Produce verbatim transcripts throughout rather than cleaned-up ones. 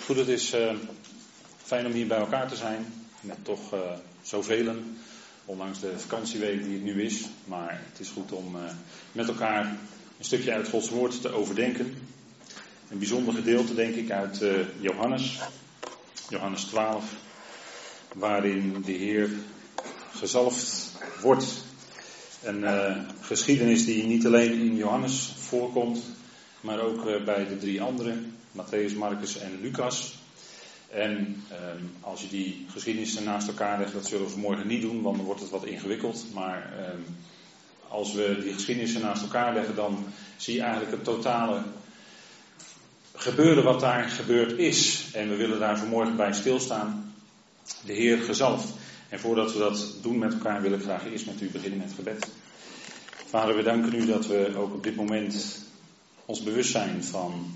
Goed, het is uh, fijn om hier bij elkaar te zijn, met toch uh, zoveel, ondanks de vakantieweek die het nu is. Maar het is goed om uh, met elkaar een stukje uit Gods woord te overdenken. Een bijzonder gedeelte, denk ik, uit uh, Johannes, Johannes twaalf, waarin de Heer gezalfd wordt. Een uh, geschiedenis die niet alleen in Johannes voorkomt, maar ook uh, bij de drie anderen, Mattheüs, Marcus en Lucas. En um, als je die geschiedenissen naast elkaar legt, dat zullen we vanmorgen niet doen, want dan wordt het wat ingewikkeld. Maar um, als we die geschiedenissen naast elkaar leggen, dan zie je eigenlijk het totale gebeuren wat daar gebeurd is. En we willen daar vanmorgen bij stilstaan, de Heer gezalfd. En voordat we dat doen met elkaar, wil ik graag eerst met u beginnen met gebed. Vader, we danken u dat we ook op dit moment ons bewust zijn van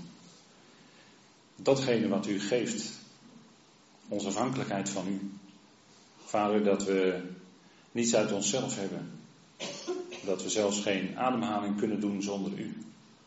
datgene wat u geeft. Onze afhankelijkheid van u. Vader, dat we niets uit onszelf hebben. Dat we zelfs geen ademhaling kunnen doen zonder u.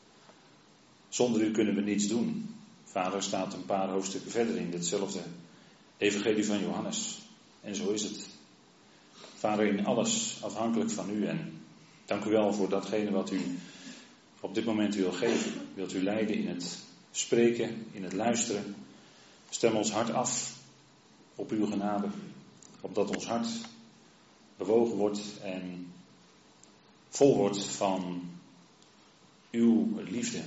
Zonder u kunnen we niets doen. Vader, staat een paar hoofdstukken verder in ditzelfde evangelie van Johannes. En zo is het. Vader, in alles afhankelijk van u. En dank u wel voor datgene wat u op dit moment wil geven. Wilt u leiden in het spreken, in het luisteren. Stem ons hart af op uw genade. Opdat ons hart bewogen wordt en vol wordt van uw liefde.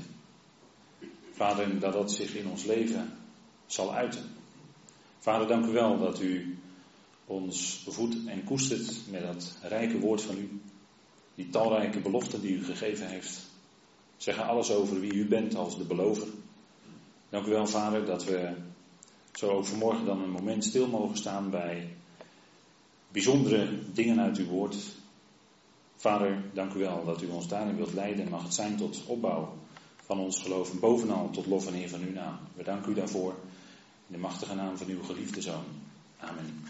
Vader, dat dat zich in ons leven zal uiten. Vader, dank u wel dat u ons bevoedt en koestert met dat rijke woord van u. Die talrijke beloften die u gegeven heeft. Zeggen alles over wie u bent als de belover. Dank u wel, Vader, dat we zo ook vanmorgen dan een moment stil mogen staan bij bijzondere dingen uit uw woord. Vader, dank u wel dat u ons daarin wilt leiden en mag het zijn tot opbouw van ons geloof en bovenal tot lof en eer van uw naam. We danken u daarvoor in de machtige naam van uw geliefde Zoon. Amen.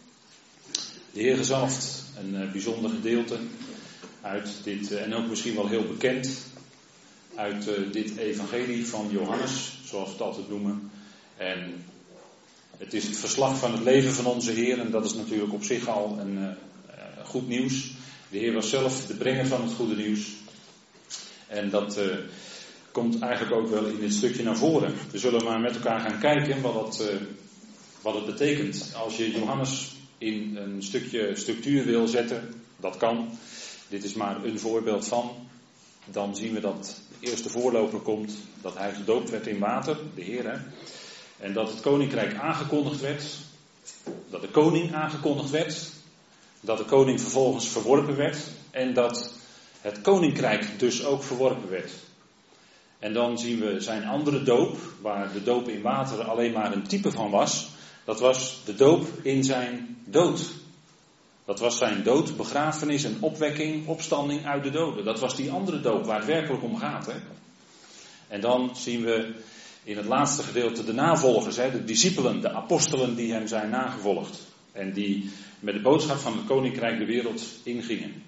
De Heer gezalfd, een uh, bijzonder gedeelte uit dit, uh, en ook misschien wel heel bekend, uit uh, dit evangelie van Johannes, zoals we het altijd noemen. En het is het verslag van het leven van onze Heer en dat is natuurlijk op zich al een uh, uh, goed nieuws. De Heer was zelf de brenger van het goede nieuws. En dat uh, komt eigenlijk ook wel in dit stukje naar voren. We zullen maar met elkaar gaan kijken wat, dat, uh, wat het betekent. Als je Johannes in een stukje structuur wil zetten, dat kan. Dit is maar een voorbeeld van. Dan zien we dat de eerste voorloper komt, dat hij gedoopt werd in water, de Heer. Hè? En dat het koninkrijk aangekondigd werd. Dat de koning aangekondigd werd. Dat de koning vervolgens verworpen werd. En dat het koninkrijk dus ook verworpen werd. En dan zien we zijn andere doop, waar de doop in water alleen maar een type van was. Dat was de doop in zijn dood. Dat was zijn dood, begrafenis en opwekking, opstanding uit de doden. Dat was die andere doop waar het werkelijk om gaat. Hè? En dan zien we in het laatste gedeelte de navolgers, hè, de discipelen, de apostelen die hem zijn nagevolgd. En die met de boodschap van het koninkrijk de wereld ingingen.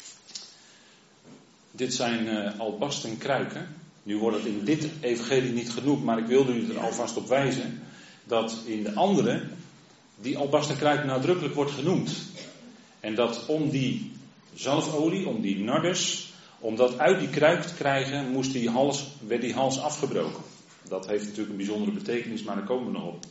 Dit zijn uh, albasten kruiken. Nu wordt het in dit evangelie niet genoemd, maar ik wilde u er alvast op wijzen dat in de andere die albasten kruik nadrukkelijk wordt genoemd. En dat om die zalfolie, om die nardus, om dat uit die kruik te krijgen, moest die hals, werd die hals afgebroken. Dat heeft natuurlijk een bijzondere betekenis, maar daar komen we nog op.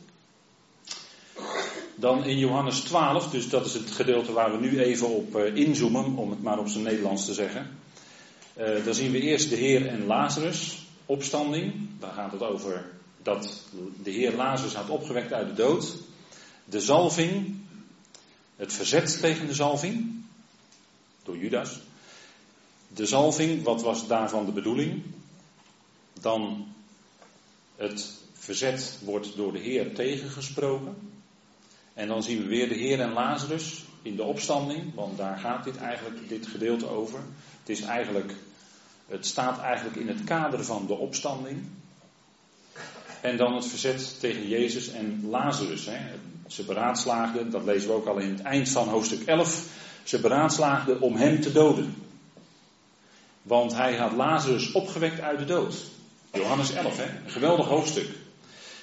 Dan in Johannes twaalf, dus dat is het gedeelte waar we nu even op uh, inzoomen, om het maar op zijn Nederlands te zeggen. Uh, dan zien we eerst de Heer en Lazarus, opstanding. Daar gaat het over dat de Heer Lazarus had opgewekt uit de dood. De zalving, het verzet tegen de zalving, door Judas. De zalving, wat was daarvan de bedoeling? Dan het verzet wordt door de Heer tegengesproken. En dan zien we weer de Heer en Lazarus in de opstanding, want daar gaat dit eigenlijk, dit gedeelte over. Het is eigenlijk, het staat eigenlijk in het kader van de opstanding. En dan het verzet tegen Jezus en Lazarus. Hè. Ze beraadslaagden, dat lezen we ook al in het eind van hoofdstuk elf. Ze beraadslaagden om hem te doden. Want hij had Lazarus opgewekt uit de dood. Johannes elf, hè? Een geweldig hoofdstuk.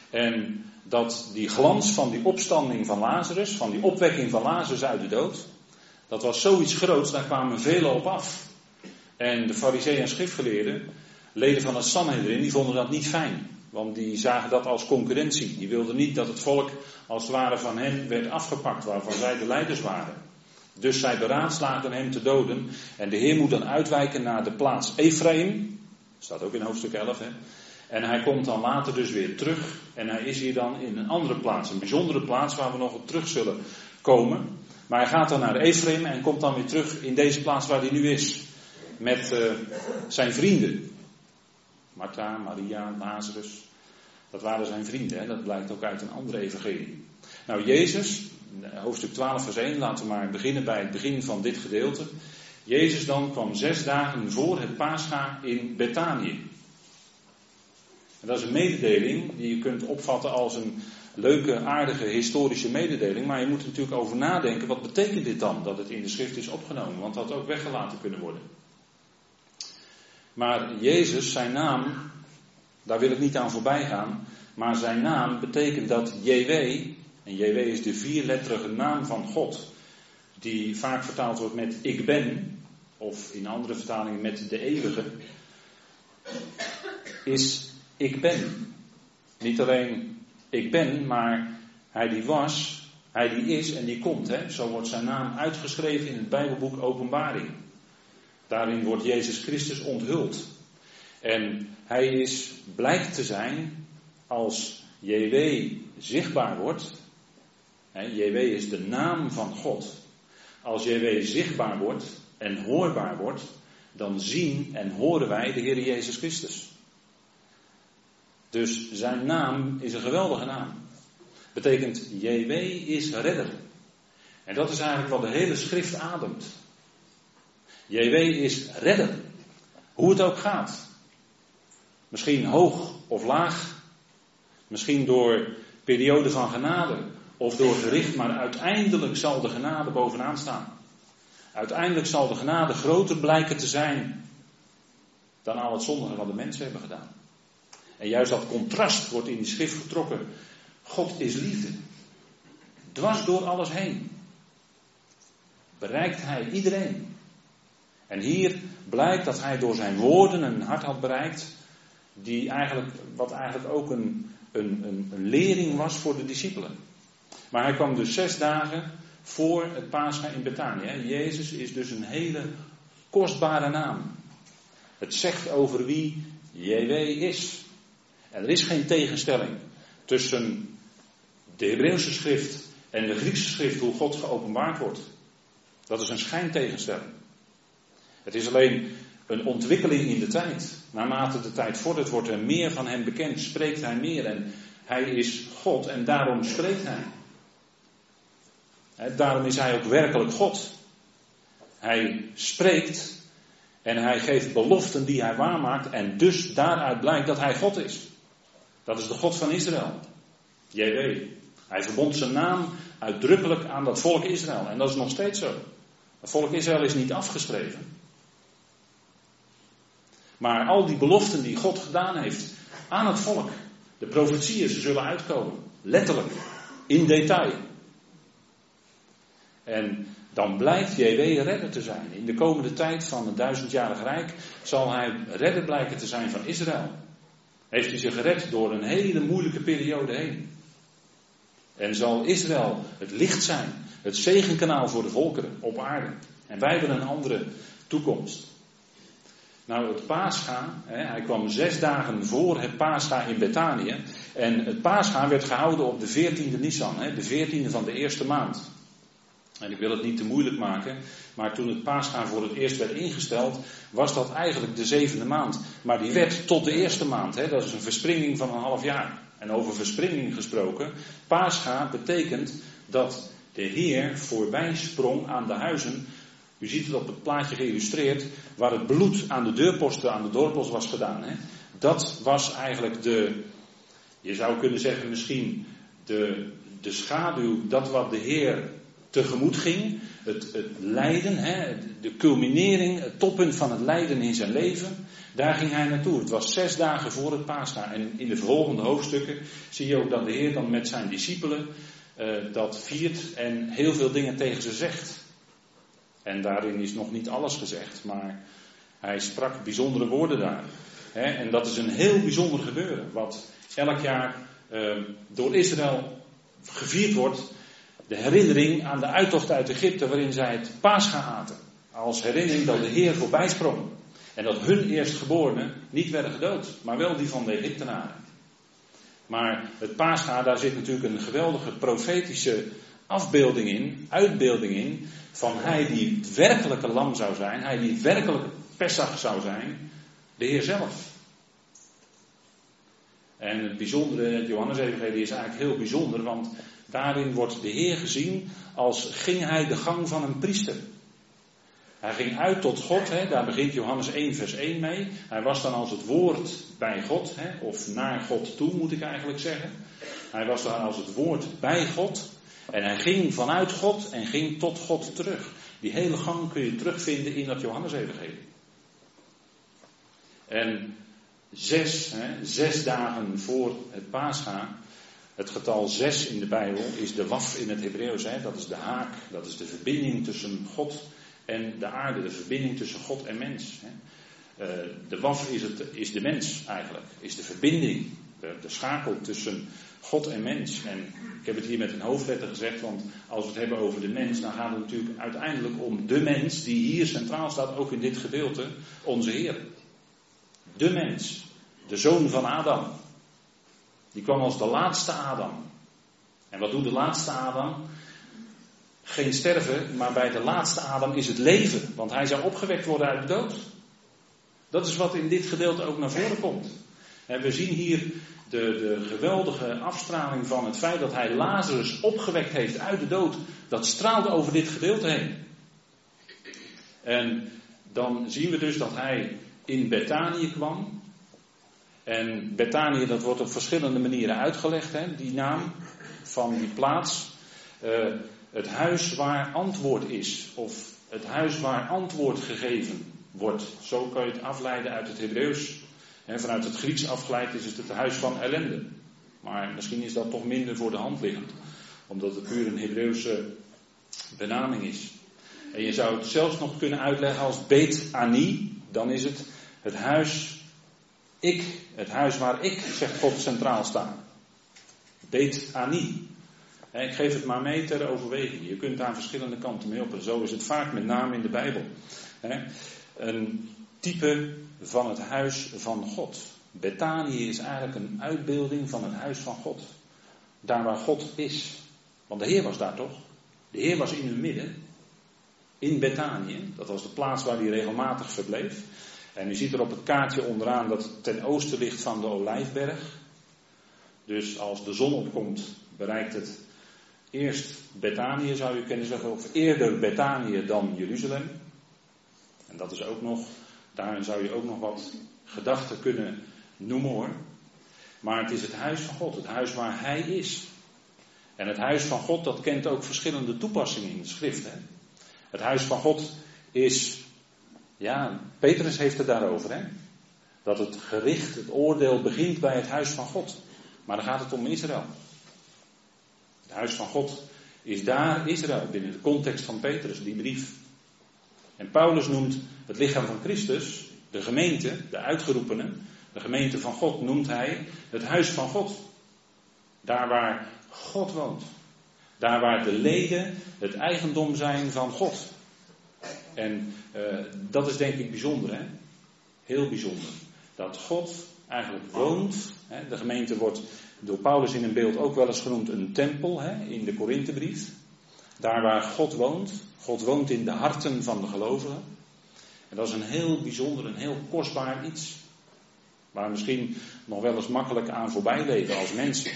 En dat die glans van die opstanding van Lazarus, van die opwekking van Lazarus uit de dood, dat was zoiets groots, daar kwamen velen op af. En de farizeeën en schriftgeleerden, leden van het Sanhedrin, die vonden dat niet fijn. Want die zagen dat als concurrentie. Die wilden niet dat het volk als het ware van hen werd afgepakt, waarvan zij de leiders waren. Dus zij beraadslaagden hem te doden. En de Heer moet dan uitwijken naar de plaats Ephraim. Staat ook in hoofdstuk elf. Hè? En hij komt dan later dus weer terug. En hij is hier dan in een andere plaats. Een bijzondere plaats waar we nog op terug zullen komen. Maar hij gaat dan naar Ephraim en komt dan weer terug in deze plaats waar hij nu is. Met uh, zijn vrienden. Martha, Maria, Lazarus. Dat waren zijn vrienden. Hè? Dat blijkt ook uit een andere evangelie. Nou, Jezus, hoofdstuk twaalf vers één. Laten we maar beginnen bij het begin van dit gedeelte. Jezus dan kwam zes dagen voor het Pascha in Bethanië. En dat is een mededeling die je kunt opvatten als een leuke, aardige, historische mededeling. Maar je moet er natuurlijk over nadenken, wat betekent dit dan, dat het in de schrift is opgenomen? Want dat had ook weggelaten kunnen worden. Maar Jezus, zijn naam, daar wil ik niet aan voorbij gaan. Maar zijn naam betekent dat J W, en J W is de vierletterige naam van God, die vaak vertaald wordt met ik ben, of in andere vertalingen met de eeuwige, is ik ben. Niet alleen ik ben, maar hij die was, hij die is en die komt. Hè? Zo wordt zijn naam uitgeschreven in het Bijbelboek Openbaring. Daarin wordt Jezus Christus onthuld. En hij is, blijkt te zijn, als J W zichtbaar wordt. Hè, J W is de naam van God. Als J W zichtbaar wordt en hoorbaar wordt, dan zien en horen wij de Heer Jezus Christus. Dus zijn naam is een geweldige naam. Betekent J W is redder. En dat is eigenlijk wat de hele schrift ademt. J W is redder. Hoe het ook gaat. Misschien hoog of laag. Misschien door periode van genade. Of door gericht. Maar uiteindelijk zal de genade bovenaan staan. Uiteindelijk zal de genade groter blijken te zijn dan al het zondige wat de mensen hebben gedaan. En juist dat contrast wordt in die schrift getrokken. God is liefde. Dwars door alles heen. Bereikt hij iedereen. En hier blijkt dat hij door zijn woorden een hart had bereikt. Die eigenlijk, wat eigenlijk ook een, een, een, een lering was voor de discipelen. Maar hij kwam dus zes dagen voor het Pascha in Bethanië. Jezus is dus een hele kostbare naam. Het zegt over wie J W is. En er is geen tegenstelling tussen de Hebreeuwse schrift en de Griekse schrift hoe God geopenbaard wordt. Dat is een schijntegenstelling. Het is alleen een ontwikkeling in de tijd. Naarmate de tijd vordert wordt er meer van hem bekend, spreekt hij meer en hij is God en daarom spreekt hij. He, daarom is hij ook werkelijk God. Hij spreekt en hij geeft beloften die hij waarmaakt en dus daaruit blijkt dat hij God is. Dat is de God van Israël. J W. Hij verbond zijn naam uitdrukkelijk aan dat volk Israël. En dat is nog steeds zo. Het volk Israël is niet afgeschreven. Maar al die beloften die God gedaan heeft aan het volk. De profetieën, ze zullen uitkomen. Letterlijk. In detail. En dan blijkt J W redder te zijn. In de komende tijd van het duizendjarig rijk zal hij redder blijken te zijn van Israël. Heeft hij zich gered door een hele moeilijke periode heen. En zal Israël het licht zijn. Het zegenkanaal voor de volkeren op aarde. En wij hebben een andere toekomst. Nou, het Pascha, hè, hij kwam zes dagen voor het Pascha in Bethanië. En het Pascha werd gehouden op de veertiende Nisan, hè, de veertiende van de eerste maand. En ik wil het niet te moeilijk maken, maar toen het Pascha voor het eerst werd ingesteld, was dat eigenlijk de zevende maand. Maar die werd tot de eerste maand, hè, dat is een verspringing van een half jaar. En over verspringing gesproken, Pascha betekent dat de Heer voorbij sprong aan de huizen. U ziet het op het plaatje geïllustreerd, waar het bloed aan de deurposten, aan de doorpost was gedaan. Hè. Dat was eigenlijk de, je zou kunnen zeggen misschien, de, de schaduw, dat wat de Heer tegemoet ging. Het, het lijden, hè, de culminering, het toppunt van het lijden in zijn leven. Daar ging hij naartoe. Het was zes dagen voor het Pascha. En in de volgende hoofdstukken zie je ook dat de Heer dan met zijn discipelen uh, dat viert en heel veel dingen tegen ze zegt. En daarin is nog niet alles gezegd, maar hij sprak bijzondere woorden daar. He, en dat is een heel bijzonder gebeuren, wat elk jaar uh, door Israël gevierd wordt. De herinnering aan de uittocht uit Egypte, waarin zij het Pascha aten. Als herinnering dat de Heer voorbij sprong. En dat hun eerstgeborenen niet werden gedood, maar wel die van de Egyptenaren. Maar het Pascha, daar zit natuurlijk een geweldige profetische afbeelding in, uitbeelding in, van hij die het werkelijke lam zou zijn, hij die het werkelijke Pesach zou zijn, de Heer zelf. En het bijzondere, het Johannesevangelie is eigenlijk heel bijzonder, want daarin wordt de Heer gezien als ging hij de gang van een priester. Hij ging uit tot God, hè, daar begint Johannes één vers één mee. Hij was dan als het woord bij God, hè, of naar God toe moet ik eigenlijk zeggen. Hij was dan als het woord bij God. En hij ging vanuit God en ging tot God terug. Die hele gang kun je terugvinden in dat Johannesevangelie. En zes, hè, zes dagen voor het Pascha. Het getal zes in de Bijbel is de waf in het Hebreeuws. Hè, dat is de haak, dat is de verbinding tussen God en de aarde, de verbinding tussen God en mens. Uh, de waf is, het, is de mens eigenlijk, is de verbinding, de, de schakel tussen God en mens. En ik heb het hier met een hoofdletter gezegd, want als we het hebben over de mens, dan gaat het natuurlijk uiteindelijk om de mens die hier centraal staat, ook in dit gedeelte, onze Heer. De mens, de zoon van Adam. Die kwam als de laatste Adam. En wat doet de laatste Adam? Geen sterven, maar bij de laatste Adam is het leven. Want hij zou opgewekt worden uit de dood. Dat is wat in dit gedeelte ook naar voren komt. En we zien hier de, de geweldige afstraling van het feit dat hij Lazarus opgewekt heeft uit de dood. Dat straalt over dit gedeelte heen. En dan zien we dus dat hij in Bethanië kwam. En Bethanië, dat wordt op verschillende manieren uitgelegd, hè, die naam van die plaats. Uh, Het huis waar antwoord is, of het huis waar antwoord gegeven wordt. Zo kan je het afleiden uit het Hebreeuws. En vanuit het Grieks afgeleid is het het huis van ellende. Maar misschien is dat toch minder voor de hand liggend. Omdat het puur een Hebreeuwse benaming is. En je zou het zelfs nog kunnen uitleggen als Bet Ani. Dan is het het huis ik. Het huis waar ik, zegt God, centraal sta. Bet Ani. Ik geef het maar mee ter overweging. Je kunt daar verschillende kanten mee op. En zo is het vaak met name in de Bijbel. Een type van het huis van God. Bethanië is eigenlijk een uitbeelding van het huis van God. Daar waar God is. Want de Heer was daar toch? De Heer was in hun midden. In Bethanië. Dat was de plaats waar hij regelmatig verbleef. En u ziet er op het kaartje onderaan dat het ten oosten ligt van de Olijfberg. Dus als de zon opkomt bereikt het eerst Bethanië, zou je kunnen zeggen, of eerder Bethanië dan Jeruzalem. En dat is ook nog, daarin zou je ook nog wat gedachten kunnen noemen hoor. Maar het is het huis van God, het huis waar Hij is. En het huis van God, dat kent ook verschillende toepassingen in de schrift. Hè? Het huis van God is, ja, Petrus heeft het daarover, hè. Dat het gericht, het oordeel begint bij het huis van God. Maar dan gaat het om Israël. Het huis van God is daar Israël, binnen de context van Petrus, die brief. En Paulus noemt het lichaam van Christus, de gemeente, de uitgeroepenen, de gemeente van God, noemt hij het huis van God. Daar waar God woont. Daar waar de leden het eigendom zijn van God. En uh, dat is denk ik bijzonder, hè? Heel bijzonder. Dat God eigenlijk woont. Hè? De gemeente wordt door Paulus in een beeld ook wel eens genoemd een tempel, hè? In de Korinthebrief. Daar waar God woont. God woont in de harten van de gelovigen. En dat is een heel bijzonder, een heel kostbaar iets. Waar we misschien nog wel eens makkelijk aan voorbij leven als mensen.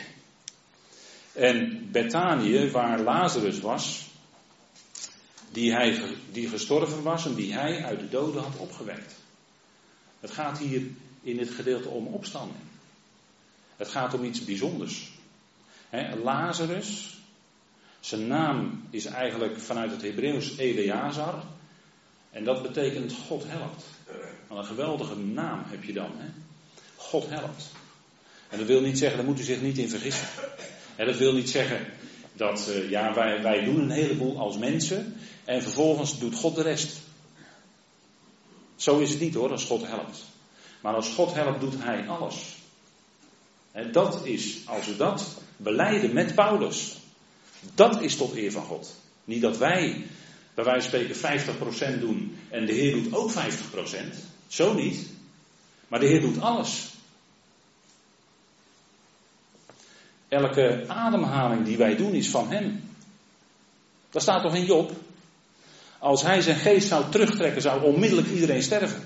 En Bethanië, waar Lazarus was, die, hij, die gestorven was en die hij uit de doden had opgewekt. Het gaat hier in dit gedeelte om opstanding. Het gaat om iets bijzonders. He, Lazarus, zijn naam is eigenlijk vanuit het Hebreeuws Eleazar. En dat betekent God helpt. Wat een geweldige naam heb je dan. Hè? God helpt. En dat wil niet zeggen, daar moet u zich niet in vergissen. En dat wil niet zeggen dat uh, ja, wij, wij doen een heleboel als mensen en vervolgens doet God de rest. Zo is het niet hoor, als God helpt. Maar als God helpt, doet Hij alles. En dat is, als we dat belijden met Paulus, dat is tot eer van God. Niet dat wij, bij wijze van spreken, vijftig procent doen en de Heer doet ook vijftig procent. Zo niet. Maar de Heer doet alles. Elke ademhaling die wij doen is van Hem. Dat staat toch in Job? Als Hij zijn geest zou terugtrekken, zou onmiddellijk iedereen sterven.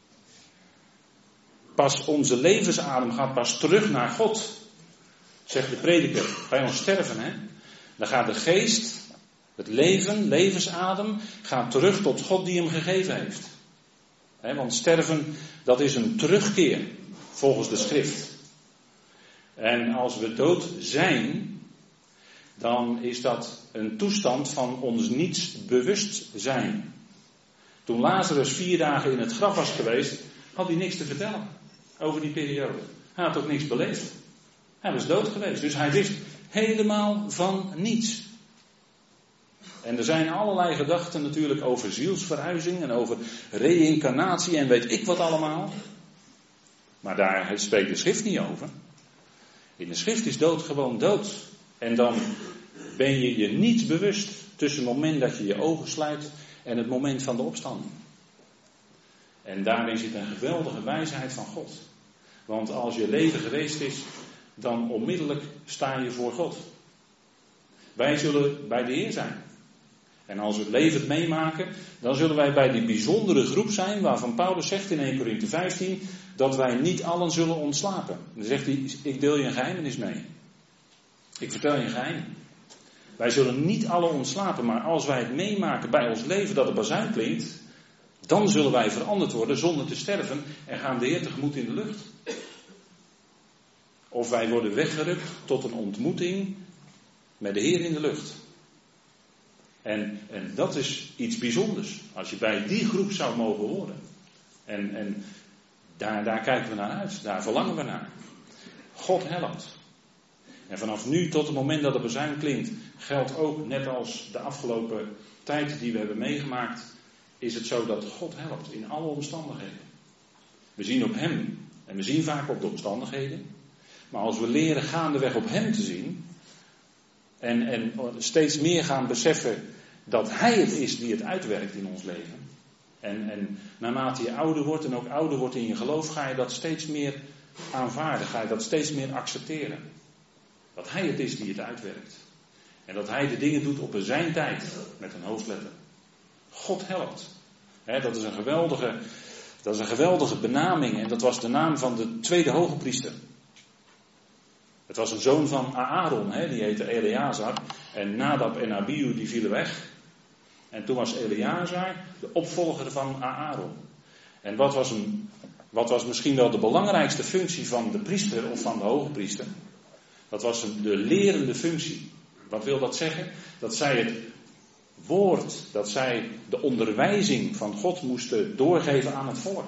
Pas onze levensadem gaat pas terug naar God. Zegt de prediker, bij ons sterven hè. Dan gaat de geest, het leven, levensadem, gaat terug tot God die hem gegeven heeft. He, want sterven, dat is een terugkeer, volgens de schrift. En als we dood zijn, dan is dat een toestand van ons niets bewust zijn. Toen Lazarus vier dagen in het graf was geweest, had hij niks te vertellen over die periode. Hij had ook niks beleefd. Hij was dood geweest, dus hij wist helemaal van niets. En er zijn allerlei gedachten natuurlijk over zielsverhuizing en over reïncarnatie en weet ik wat allemaal. Maar daar spreekt de schrift niet over. In de schrift is dood gewoon dood. En dan ben je je niet bewust tussen het moment dat je je ogen sluit en het moment van de opstanding. En daarin zit een geweldige wijsheid van God. Want als je leven geweest is, dan onmiddellijk sta je voor God. Wij zullen bij de Heer zijn. En als we het leven meemaken, dan zullen wij bij die bijzondere groep zijn, waarvan Paulus zegt in Eerste Korinthe vijftien, dat wij niet allen zullen ontslapen. Dan zegt hij, ik deel je een geheimenis mee. Ik vertel je een geheim. Wij zullen niet allen ontslapen, maar als wij het meemaken bij ons leven dat de bazuin klinkt, dan zullen wij veranderd worden zonder te sterven en gaan de Heer tegemoet in de lucht. Of wij worden weggerukt tot een ontmoeting met de Heer in de lucht. En, en dat is iets bijzonders. Als je bij die groep zou mogen horen. En, en daar, daar kijken we naar uit. Daar verlangen we naar. God helpt. En vanaf nu tot het moment dat de bazuin klinkt, geldt ook, net als de afgelopen tijd die we hebben meegemaakt, is het zo dat God helpt in alle omstandigheden. We zien op Hem. En we zien vaak op de omstandigheden. Maar als we leren gaandeweg op Hem te zien, En, en steeds meer gaan beseffen dat Hij het is die het uitwerkt in ons leven. En, en naarmate je ouder wordt en ook ouder wordt in je geloof, ga je dat steeds meer aanvaarden. Ga je dat steeds meer accepteren. Dat Hij het is die het uitwerkt. En dat Hij de dingen doet op zijn tijd, met een hoofdletter. God helpt. He, dat is een geweldige, dat is een geweldige benaming. En dat was de naam van de tweede hoge priester. Het was een zoon van Aaron, hè, die heette Eleazar. En Nadab en Abihu die vielen weg. En toen was Eleazar de opvolger van Aaron. En wat was, een, wat was misschien wel de belangrijkste functie van de priester of van de hoge priester? Dat was een, de lerende functie. Wat wil dat zeggen? Dat zij het woord, dat zij de onderwijzing van God moesten doorgeven aan het volk.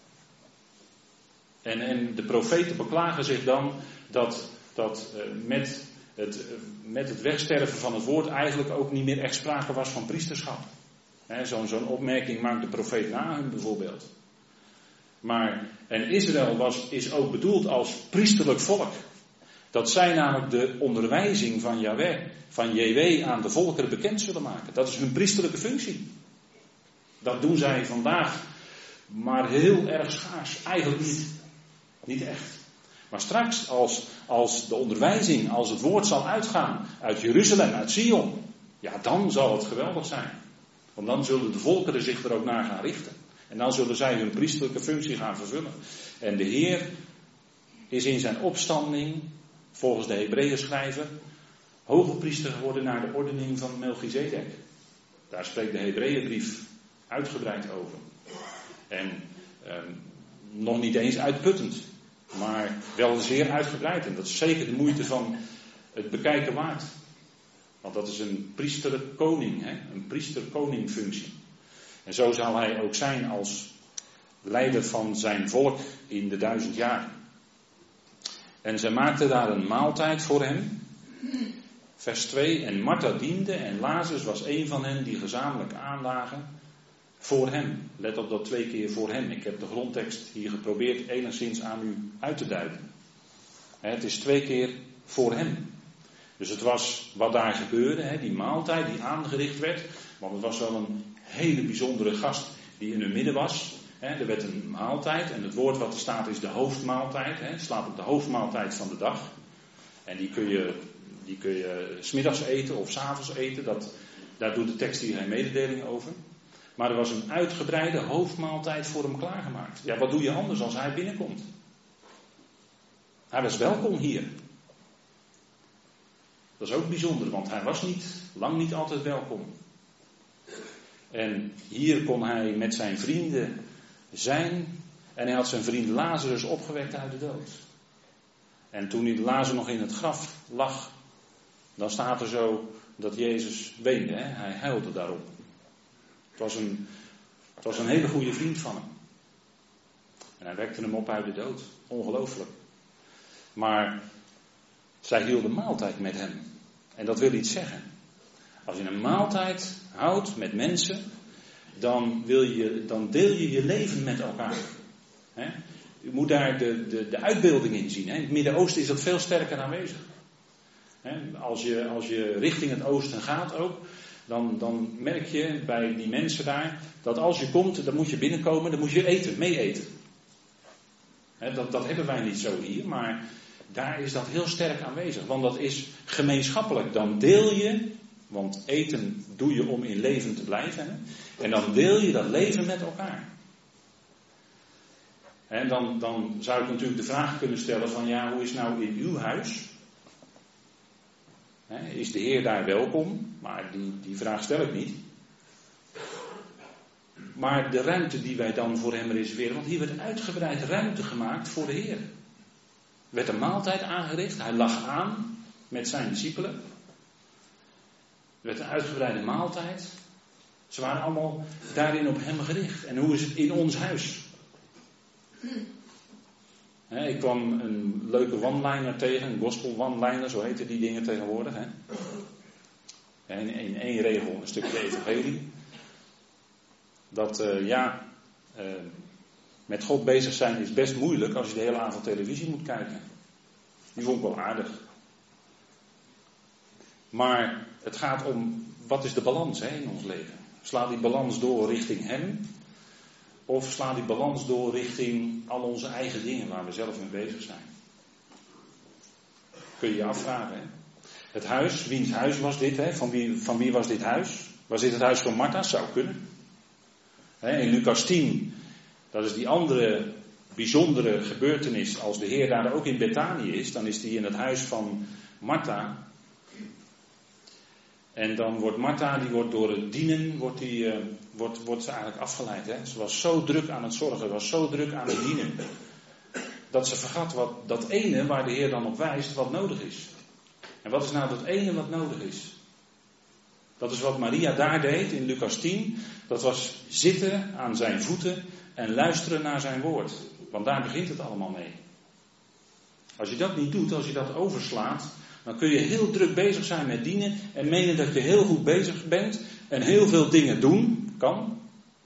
En, en de profeten beklagen zich dan dat... dat uh, met, het, uh, met het wegsterven van het woord eigenlijk ook niet meer echt sprake was van priesterschap. He, zo'n, zo'n opmerking maakt de profeet Nahum bijvoorbeeld. Maar, en Israël was, is ook bedoeld als priesterlijk volk. Dat zij namelijk de onderwijzing van Yahweh, van J W aan de volkeren bekend zullen maken. Dat is hun priesterlijke functie. Dat doen zij vandaag maar heel erg schaars. Eigenlijk niet. Niet echt. Maar straks, als, als de onderwijzing, als het woord zal uitgaan uit Jeruzalem, uit Sion, ja, dan zal het geweldig zijn. Want dan zullen de volkeren zich er ook naar gaan richten. En dan zullen zij hun priesterlijke functie gaan vervullen. En de Heer is in zijn opstanding, volgens de Hebreeën schrijver, hoge priester geworden naar de ordening van Melchizedek. Daar spreekt de Hebreeënbrief uitgebreid over. En eh, nog niet eens uitputtend. Maar wel zeer uitgebreid. En dat is zeker de moeite van het bekijken waard. Want dat is een priester-koning. Hè? Een priester-koning functie. En zo zal hij ook zijn als leider van zijn volk in de duizend jaar. En zij maakte daar een maaltijd voor hem. Vers twee, en Martha diende en Lazarus was een van hen die gezamenlijk aanlagen voor hem. Let op dat twee keer voor hem. Ik heb de grondtekst hier geprobeerd enigszins aan u uit te duiden. Het is twee keer voor hem. Dus het was wat daar gebeurde, die maaltijd die aangericht werd. Want het was wel een hele bijzondere gast die in hun midden was. Er werd een maaltijd en het woord wat er staat is de hoofdmaaltijd. Het slaat op de hoofdmaaltijd van de dag. En die kun je, die kun je 's middags eten of 's avonds eten. Dat, daar doet de tekst hier geen mededeling over. Maar er was een uitgebreide hoofdmaaltijd voor hem klaargemaakt. Ja, wat doe je anders als hij binnenkomt? Hij was welkom hier. Dat is ook bijzonder, want hij was niet, lang niet altijd welkom. En hier kon hij met zijn vrienden zijn. En hij had zijn vriend Lazarus opgewekt uit de dood. En toen die Lazarus nog in het graf lag, dan staat er zo dat Jezus weende. Hè? Hij huilde daarop. Het was, een, het was een hele goede vriend van hem. En hij wekte hem op uit de dood. Ongelooflijk. Maar zij hielden maaltijd met hem. En dat wil iets zeggen. Als je een maaltijd houdt met mensen, dan, wil je, dan deel je je leven met elkaar. He? U moet daar de, de, de uitbeelding in zien. He? In het Midden-Oosten is dat veel sterker aanwezig. He? Als, je, als je richting het oosten gaat ook, dan, dan merk je bij die mensen daar, dat als je komt, dan moet je binnenkomen, dan moet je eten, mee eten. He? Dat, dat hebben wij niet zo hier, maar daar is dat heel sterk aanwezig. Want dat is gemeenschappelijk. Dan deel je, want eten doe je om in leven te blijven. Hè? En dan deel je dat leven met elkaar. En dan, dan zou ik natuurlijk de vraag kunnen stellen van ja, hoe is nou in uw huis? Hè, is de Heer daar welkom? Maar die, die vraag stel ik niet. Maar de ruimte die wij dan voor hem reserveren, want hier werd uitgebreid ruimte gemaakt voor de Heer. Er werd een maaltijd aangericht, hij lag aan met zijn discipelen. Er werd een uitgebreide maaltijd. Ze waren allemaal daarin op hem gericht. En hoe is het in ons huis? He, ik kwam een leuke one-liner tegen, een gospel one-liner, zo heten die dingen tegenwoordig. He. En in één regel een stukje evangelie. Dat uh, ja, uh, met God bezig zijn is best moeilijk als je de hele avond televisie moet kijken. Die vond ik wel aardig. Maar het gaat om, wat is de balans hè, in ons leven? Slaat die balans door richting hem? Of slaat die balans door richting al onze eigen dingen waar we zelf mee bezig zijn? Kun je je afvragen. Hè? Het huis, wiens huis was dit? Hè? Van, wie, van wie was dit huis? Was dit het huis van Martha? Zou kunnen. Hè, in Lucas tien, dat is die andere bijzondere gebeurtenis. Als de Heer daar ook in Bethanië is, dan is hij in het huis van Martha. En dan wordt Martha, die wordt door het dienen, wordt, die, uh, wordt, wordt ze eigenlijk afgeleid. Hè? Ze was zo druk aan het zorgen, was zo druk aan het dienen. Dat ze vergat wat, dat ene waar de Heer dan op wijst, wat nodig is. En wat is nou dat ene wat nodig is? Dat is wat Maria daar deed in Lucas tien. Dat was zitten aan zijn voeten en luisteren naar zijn woord. Want daar begint het allemaal mee. Als je dat niet doet, als je dat overslaat, dan kun je heel druk bezig zijn met dienen en menen dat je heel goed bezig bent en heel veel dingen doen kan.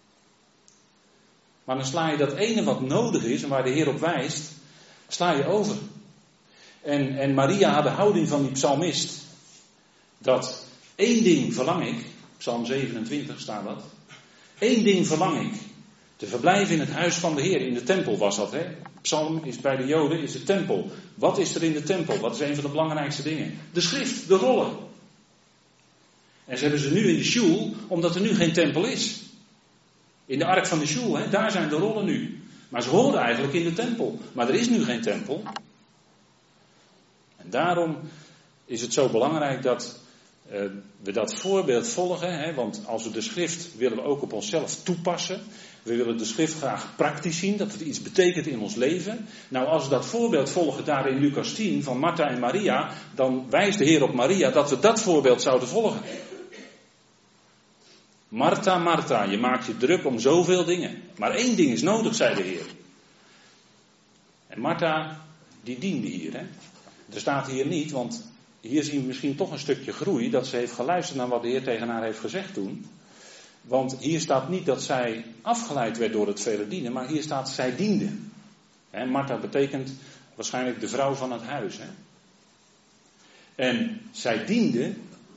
Maar dan sla je dat ene wat nodig is en waar de Heer op wijst, sla je over. En, en Maria had de houding van die psalmist. Dat één ding verlang ik, Psalm zevenentwintig staat dat. Eén ding verlang ik, te verblijven in het huis van de Heer. In de tempel was dat, hè. Psalm is bij de Joden, is de tempel. Wat is er in de tempel? Wat is een van de belangrijkste dingen? De schrift, de rollen. En ze hebben ze nu in de sjoel, omdat er nu geen tempel is. In de ark van de sjoel, hè, daar zijn de rollen nu. Maar ze horen eigenlijk in de tempel. Maar er is nu geen tempel. En daarom is het zo belangrijk dat uh, we dat voorbeeld volgen. Hè, want als we de schrift willen we ook op onszelf toepassen. We willen de schrift graag praktisch zien, dat het iets betekent in ons leven. Nou, als we dat voorbeeld volgen daar in Lucas tien van Martha en Maria, dan wijst de Heer op Maria dat we dat voorbeeld zouden volgen. Martha, Martha, je maakt je druk om zoveel dingen. Maar één ding is nodig, zei de Heer. En Martha, die diende hier. Hè? Er staat hier niet, want hier zien we misschien toch een stukje groei. Dat ze heeft geluisterd naar wat de Heer tegen haar heeft gezegd toen. Want hier staat niet dat zij afgeleid werd door het vele dienen. Maar hier staat zij diende. Hè, Martha betekent waarschijnlijk de vrouw van het huis. Hè? En zij diende,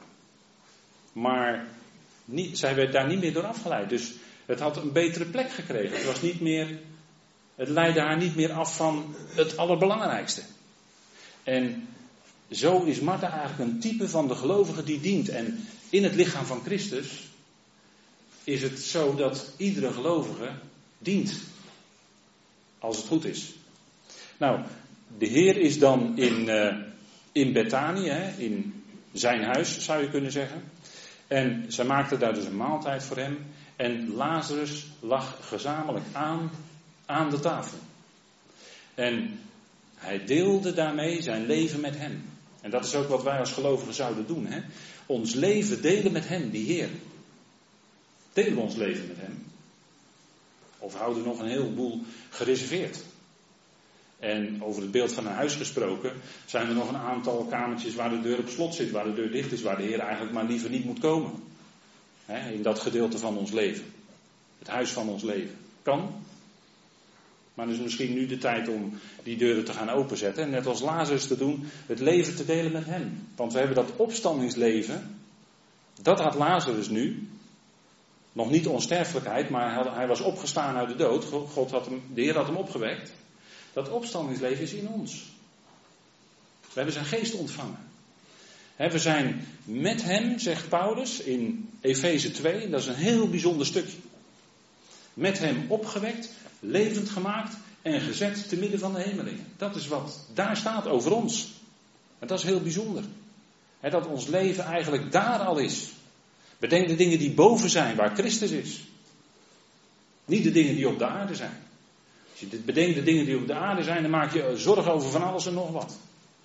maar niet, zij werd daar niet meer door afgeleid. Dus het had een betere plek gekregen. Het was niet meer, het leidde haar niet meer af van het allerbelangrijkste. En zo is Martha eigenlijk een type van de gelovige die dient. En in het lichaam van Christus is het zo dat iedere gelovige dient. Als het goed is. Nou, de Heer is dan in, uh, in Bethanië, hè, in zijn huis zou je kunnen zeggen. En zij maakten daar dus een maaltijd voor hem. En Lazarus lag gezamenlijk aan, aan de tafel. En hij deelde daarmee zijn leven met hem. En dat is ook wat wij als gelovigen zouden doen. Hè? Ons leven delen met hem, die Heer. Delen we ons leven met hem? Of houden we nog een heleboel gereserveerd? En over het beeld van een huis gesproken, zijn er nog een aantal kamertjes waar de deur op slot zit, waar de deur dicht is, waar de Heer eigenlijk maar liever niet moet komen. Hè, in dat gedeelte van ons leven. Het huis van ons leven. Kan. Maar het is misschien nu de tijd om die deuren te gaan openzetten. En net als Lazarus te doen, het leven te delen met hem. Want we hebben dat opstandingsleven, dat had Lazarus nu. Nog niet onsterfelijkheid, maar hij was opgestaan uit de dood. God had hem, de Heer had hem opgewekt. Dat opstandingsleven is in ons. We hebben zijn geest ontvangen. We zijn met hem, zegt Paulus in Efeze twee, dat is een heel bijzonder stukje. Met hem opgewekt, levend gemaakt en gezet te midden van de hemelingen. Dat is wat daar staat over ons. En dat is heel bijzonder. Dat ons leven eigenlijk daar al is. Bedenk de dingen die boven zijn, waar Christus is. Niet de dingen die op de aarde zijn. Als je bedenkt de dingen die op de aarde zijn, dan maak je zorgen over van alles en nog wat.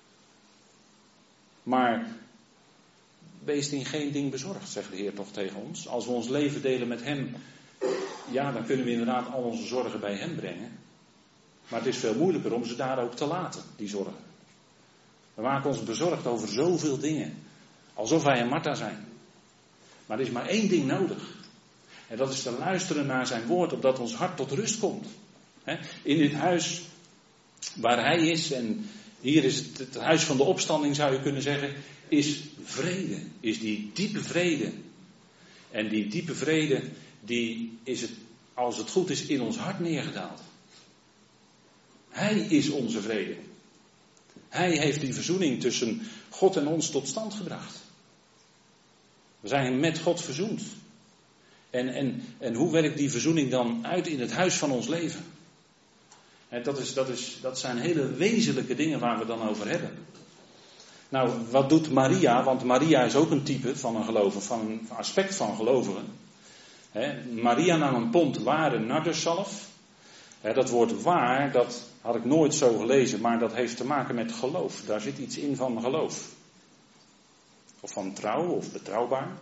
Maar wees in geen ding bezorgd, zegt de Heer toch tegen ons. Als we ons leven delen met hem, ja, dan kunnen we inderdaad al onze zorgen bij hem brengen. Maar het is veel moeilijker om ze daar ook te laten, die zorgen. We maken ons bezorgd over zoveel dingen. Alsof wij een Martha zijn. Maar er is maar één ding nodig. En dat is te luisteren naar zijn woord, opdat ons hart tot rust komt. In dit huis waar hij is, en hier is het, het huis van de opstanding zou je kunnen zeggen, is vrede. Is die diepe vrede. En die diepe vrede, die is het, als het goed is, in ons hart neergedaald. Hij is onze vrede. Hij heeft die verzoening tussen God en ons tot stand gebracht. We zijn met God verzoend. En, en, en hoe werkt die verzoening dan uit in het huis van ons leven? He, dat, is, dat, is, dat zijn hele wezenlijke dingen waar we dan over hebben. Nou, wat doet Maria? Want Maria is ook een type van een gelovige, van een aspect van gelovigen. He, Maria nam een pond ware narduszalf. He, dat woord waar, dat had ik nooit zo gelezen, maar dat heeft te maken met geloof. Daar zit iets in van geloof. Of van trouw, of betrouwbaar.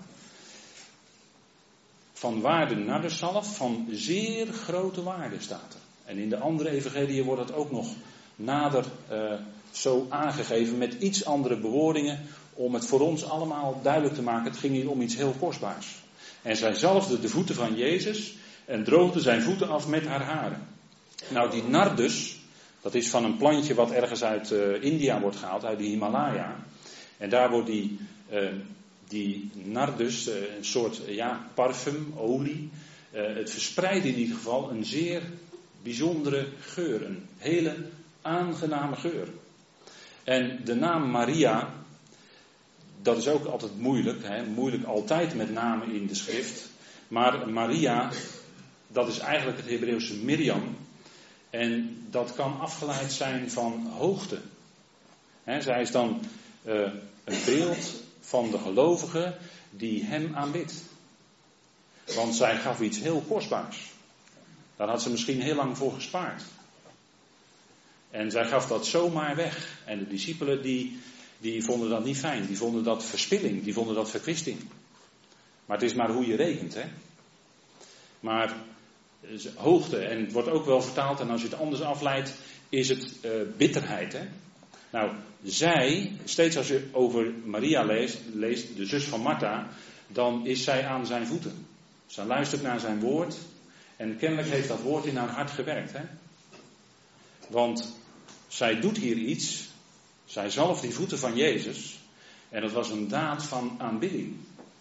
Van waarde narduszalf, van zeer grote waarde staat er. En in de andere evangeliën wordt het ook nog nader uh, zo aangegeven met iets andere bewoordingen, om het voor ons allemaal duidelijk te maken. Het ging hier om iets heel kostbaars. En zij zalfde de voeten van Jezus en droogde zijn voeten af met haar haren. Nou, die nardus, dat is van een plantje wat ergens uit uh, India wordt gehaald, uit de Himalaya. En daar wordt die, uh, die nardus, uh, een soort uh, ja, parfum, olie. Uh, het verspreidt in ieder geval een zeer bijzondere geur. Een hele aangename geur. En de naam Maria, dat is ook altijd moeilijk. Hè? Moeilijk altijd met namen in de schrift. Maar Maria, dat is eigenlijk het Hebreeuwse Miriam. En dat kan afgeleid zijn van hoogte. Hè, zij is dan uh, een beeld van de gelovige die hem aanbidt. Want zij gaf iets heel kostbaars. Daar had ze misschien heel lang voor gespaard. En zij gaf dat zomaar weg. En de discipelen die, die vonden dat niet fijn. Die vonden dat verspilling. Die vonden dat verkwisting. Maar het is maar hoe je rekent, hè. Maar hoogte, en het wordt ook wel vertaald, en als je het anders afleidt, is het uh, bitterheid, hè. Nou, zij, steeds als je over Maria leest, leest, de zus van Martha, dan is zij aan zijn voeten. Zij luistert naar zijn woord, en kennelijk heeft dat woord in haar hart gewerkt, hè. Want zij doet hier iets, zij zalft die voeten van Jezus, en dat was een daad van aanbidding.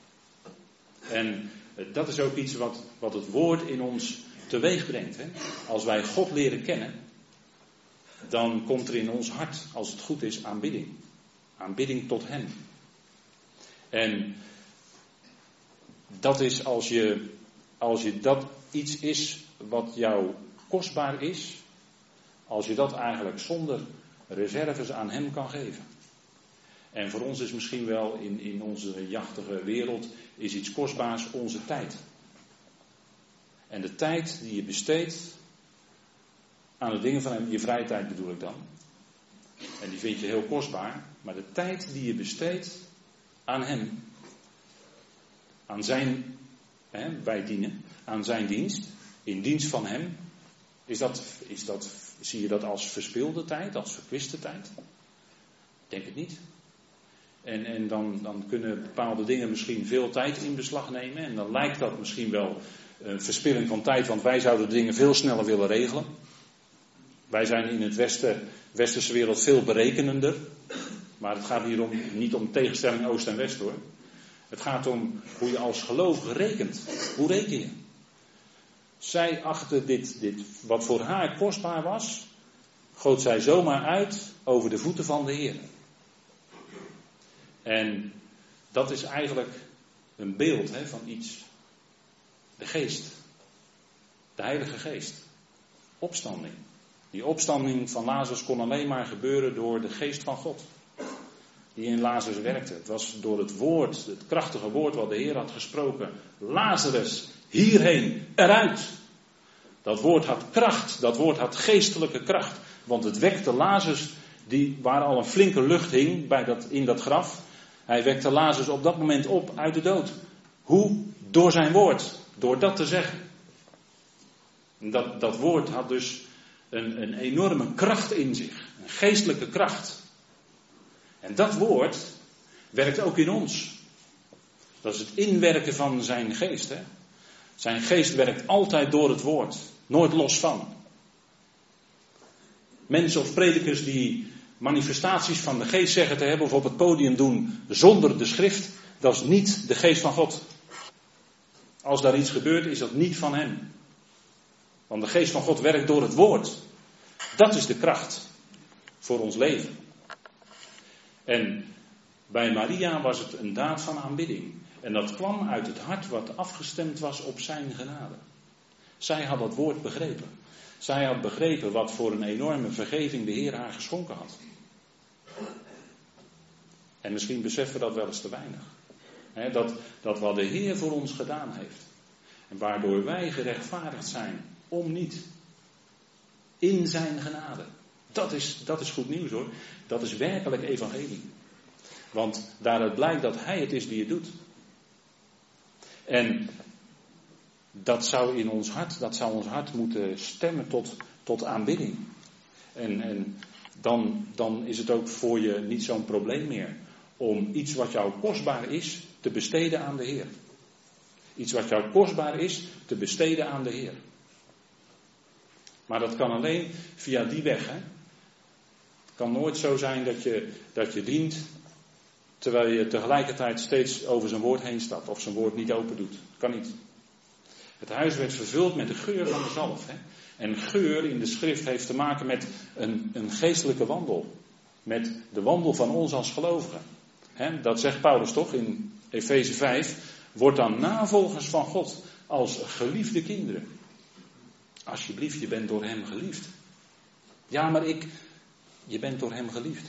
En dat is ook iets wat, wat het woord in ons teweeg brengt. Hè? Als wij God leren kennen, dan komt er in ons hart, als het goed is, aanbidding. Aanbidding tot Hem. En dat is als je, als je dat iets is wat jou kostbaar is, als je dat eigenlijk zonder reserves aan Hem kan geven. En voor ons is misschien wel in, in onze jachtige wereld is iets kostbaars onze tijd. En de tijd die je besteedt aan de dingen van Hem, je vrije tijd bedoel ik dan. En die vind je heel kostbaar. Maar de tijd die je besteedt aan Hem, aan zijn, hè, wij dienen, aan zijn dienst, in dienst van Hem, is dat, is dat, zie je dat als verspilde tijd, als verkwiste tijd? Ik denk het niet. En, en dan, dan kunnen bepaalde dingen misschien veel tijd in beslag nemen. En dan lijkt dat misschien wel een verspilling van tijd, want wij zouden de dingen veel sneller willen regelen. Wij zijn in het westen, westerse wereld veel berekenender. Maar het gaat hier om, niet om tegenstelling Oost en West hoor. Het gaat om hoe je als gelovige rekent. Hoe reken je? Zij achtte dit, dit, wat voor haar kostbaar was, goot zij zomaar uit over de voeten van de Heer. En dat is eigenlijk een beeld hè, van iets. De geest. De Heilige Geest. Opstanding. Die opstanding van Lazarus kon alleen maar gebeuren door de geest van God. Die in Lazarus werkte. Het was door het woord, het krachtige woord wat de Heer had gesproken. Lazarus, hierheen, eruit. Dat woord had kracht, dat woord had geestelijke kracht. Want het wekte Lazarus, die, waar al een flinke lucht hing bij dat, in dat graf. Hij wekte Lazarus op dat moment op uit de dood. Hoe? Door zijn woord. Door dat te zeggen. Dat, dat woord had dus een, een enorme kracht in zich. Een geestelijke kracht. En dat woord werkt ook in ons. Dat is het inwerken van zijn geest. Hè? Zijn geest werkt altijd door het woord. Nooit los van. Mensen of predikers die manifestaties van de geest zeggen te hebben of op het podium doen zonder de schrift, dat is niet de geest van God. Als daar iets gebeurt, is dat niet van Hem. Want de geest van God werkt door het woord. Dat is de kracht voor ons leven. En bij Maria was het een daad van aanbidding. En dat kwam uit het hart wat afgestemd was op zijn genade. Zij had dat woord begrepen. Zij had begrepen wat voor een enorme vergeving de Heer haar geschonken had. En misschien beseffen we dat wel eens te weinig. He, dat, dat wat de Heer voor ons gedaan heeft. En waardoor wij gerechtvaardigd zijn om niet. In zijn genade. Dat is, dat is goed nieuws hoor. Dat is werkelijk evangelie. Want daaruit blijkt dat Hij het is die het doet. En dat zou in ons hart, dat zou ons hart moeten stemmen tot, tot aanbidding. En, en dan, dan is het ook voor je niet zo'n probleem meer om iets wat jou kostbaar is te besteden aan de Heer. Iets wat jou kostbaar is te besteden aan de Heer. Maar dat kan alleen via die weg. Hè? Het kan nooit zo zijn dat je, dat je dient terwijl je tegelijkertijd steeds over zijn woord heen stapt of zijn woord niet open doet. Kan niet. Het huis werd vervuld met de geur van de zalf. Hè? En geur in de schrift heeft te maken met een, een geestelijke wandel. Met de wandel van ons als gelovigen. Hè? Dat zegt Paulus toch in Efeze vijf. Word dan navolgers van God als geliefde kinderen. Alsjeblieft, je bent door Hem geliefd. Ja, maar ik... Je bent door Hem geliefd.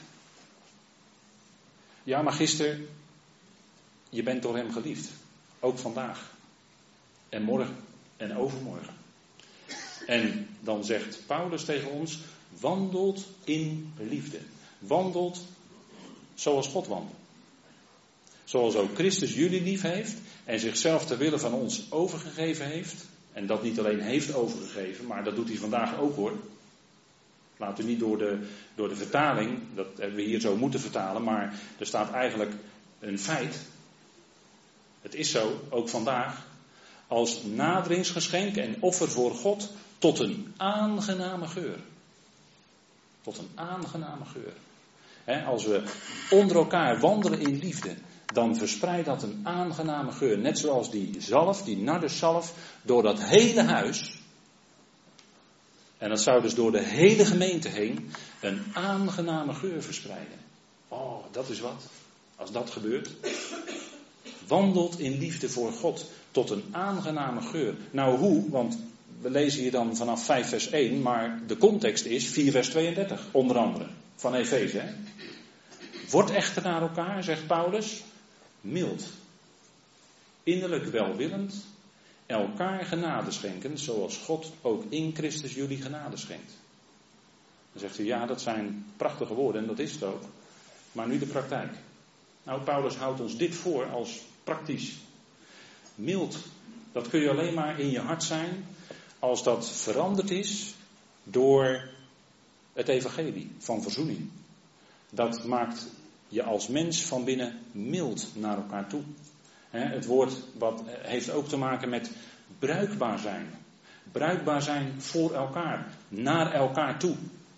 Ja, maar gisteren... Je bent door Hem geliefd. Ook vandaag. En morgen. En overmorgen. En dan zegt Paulus tegen ons... Wandelt in liefde. Wandelt zoals God wandelt. Zoals ook Christus jullie lief heeft en zichzelf ter wille van ons overgegeven heeft. En dat niet alleen heeft overgegeven, maar dat doet hij vandaag ook hoor. Laat u niet door de, door de vertaling, dat hebben we hier zo moeten vertalen, maar er staat eigenlijk een feit. Het is zo, ook vandaag, als naderingsgeschenk en offer voor God tot een aangename geur. Tot een aangename geur. He, als we onder elkaar wandelen in liefde, dan verspreidt dat een aangename geur. Net zoals die zalf, die nardesalf, door dat hele huis. En dat zou dus door de hele gemeente heen een aangename geur verspreiden. Oh, dat is wat. Als dat gebeurt. Wandelt in liefde voor God tot een aangename geur. Nou hoe? Want we lezen hier dan vanaf vijf vers één, maar de context is vier vers tweeëndertig, onder andere, van Efeze. Hè? Wordt echter naar elkaar, zegt Paulus, mild, innerlijk welwillend, elkaar genade schenken, zoals God ook in Christus jullie genade schenkt. Dan zegt u, ja, dat zijn prachtige woorden en dat is het ook. Maar nu de praktijk. Nou, Paulus houdt ons dit voor als praktisch. Mild, dat kun je alleen maar in je hart zijn als dat veranderd is door het evangelie van verzoening. Dat maakt je als mens van binnen mild naar elkaar toe. Het woord wat heeft ook te maken met bruikbaar zijn. Bruikbaar zijn voor elkaar, naar elkaar toe.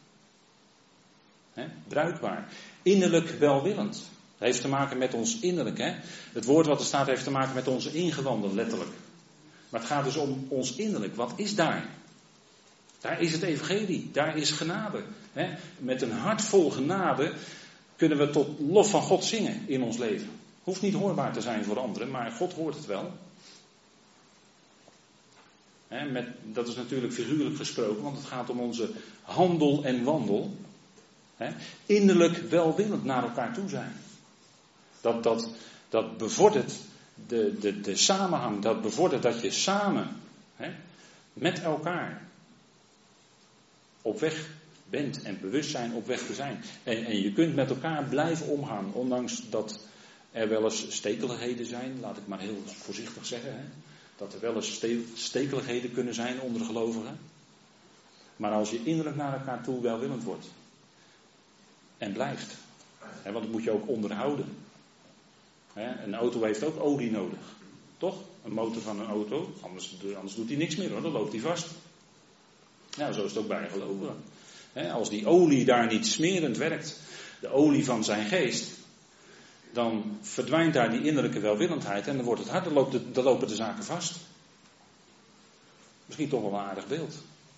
Bruikbaar. Innerlijk welwillend. Dat heeft te maken met ons innerlijk. Hè? Het woord wat er staat heeft te maken met onze ingewanden, letterlijk. Maar het gaat dus om ons innerlijk. Wat is daar? Daar is het evangelie. Daar is genade. Hè? Met een hart vol genade kunnen we tot lof van God zingen in ons leven. Hoeft niet hoorbaar te zijn voor anderen, maar God hoort het wel. Hè, met, dat is natuurlijk figuurlijk gesproken, want het gaat om onze handel en wandel. Hè? Innerlijk welwillend naar elkaar toe zijn. Dat, dat, dat bevordert de, de, de samenhang, dat bevordert dat je samen, hè, met elkaar op weg bent en bewust zijn op weg te zijn. En, en je kunt met elkaar blijven omgaan, ondanks dat er wel eens stekeligheden zijn, laat ik maar heel voorzichtig zeggen. Hè, dat er wel eens ste- stekeligheden kunnen zijn onder de gelovigen. Maar als je innerlijk naar elkaar toe welwillend wordt en blijft, hè, want dat moet je ook onderhouden. Hè, een auto heeft ook olie nodig, toch? Een motor van een auto, anders, anders doet hij niks meer hoor, dan loopt hij vast. Nou, zo is het ook bij gelovigen. Hè, als die olie daar niet smerend werkt, de olie van zijn geest, dan verdwijnt daar die innerlijke welwillendheid en dan wordt het hard, dan, loopt de, dan lopen de zaken vast. Misschien toch wel een aardig beeld.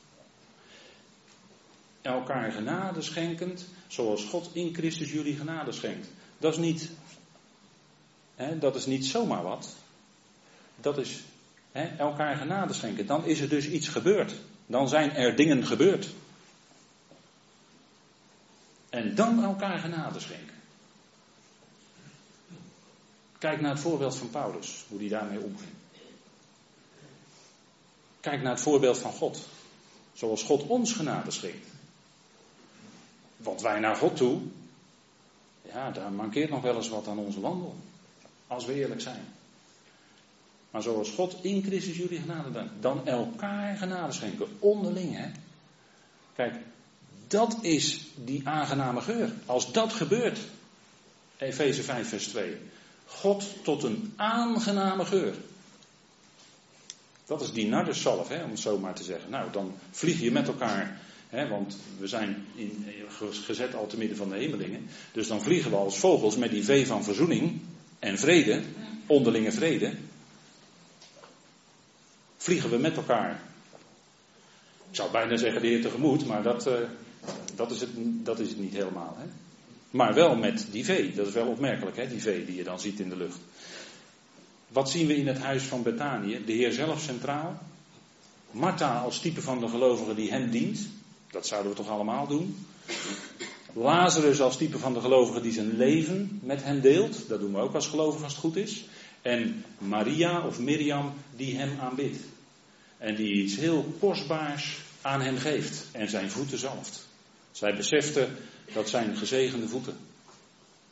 Elkaar genade schenkend, zoals God in Christus jullie genade schenkt. Dat is niet, hè, dat is niet zomaar wat. Dat is hè, elkaar genade schenken. Dan is er dus iets gebeurd. Dan zijn er dingen gebeurd. En dan elkaar genade schenken. Kijk naar het voorbeeld van Paulus, hoe hij daarmee omging. Kijk naar het voorbeeld van God, zoals God ons genade schenkt. Want wij naar God toe, ja, daar mankeert nog wel eens wat aan onze wandel. Als we eerlijk zijn. Maar zoals God in Christus jullie genade dankt, dan elkaar genade schenken, onderling hè. Kijk, dat is die aangename geur. Als dat gebeurt, Efeze vijf vers twee... God tot een aangename geur. Dat is die nardesalf, hè, om het zo maar te zeggen. Nou, dan vlieg je met elkaar, hè, want we zijn in, gezet al te midden van de hemelingen. Dus dan vliegen we als vogels met die vee van verzoening en vrede, onderlinge vrede. Vliegen we met elkaar. Ik zou bijna zeggen de Heer tegemoet, maar dat, uh, dat, is, het, dat is het niet helemaal, hè. Maar wel met die vee. Dat is wel opmerkelijk, hè, die vee die je dan ziet in de lucht. Wat zien we in het huis van Betanië? De Heer zelf centraal. Martha als type van de gelovige die hem dient. Dat zouden we toch allemaal doen. Lazarus als type van de gelovige die zijn leven met hem deelt. Dat doen we ook als gelovige als het goed is. En Maria of Miriam die hem aanbidt. En die iets heel kostbaars aan hem geeft. En zijn voeten zalft. Zij besefte dat zijn gezegende voeten.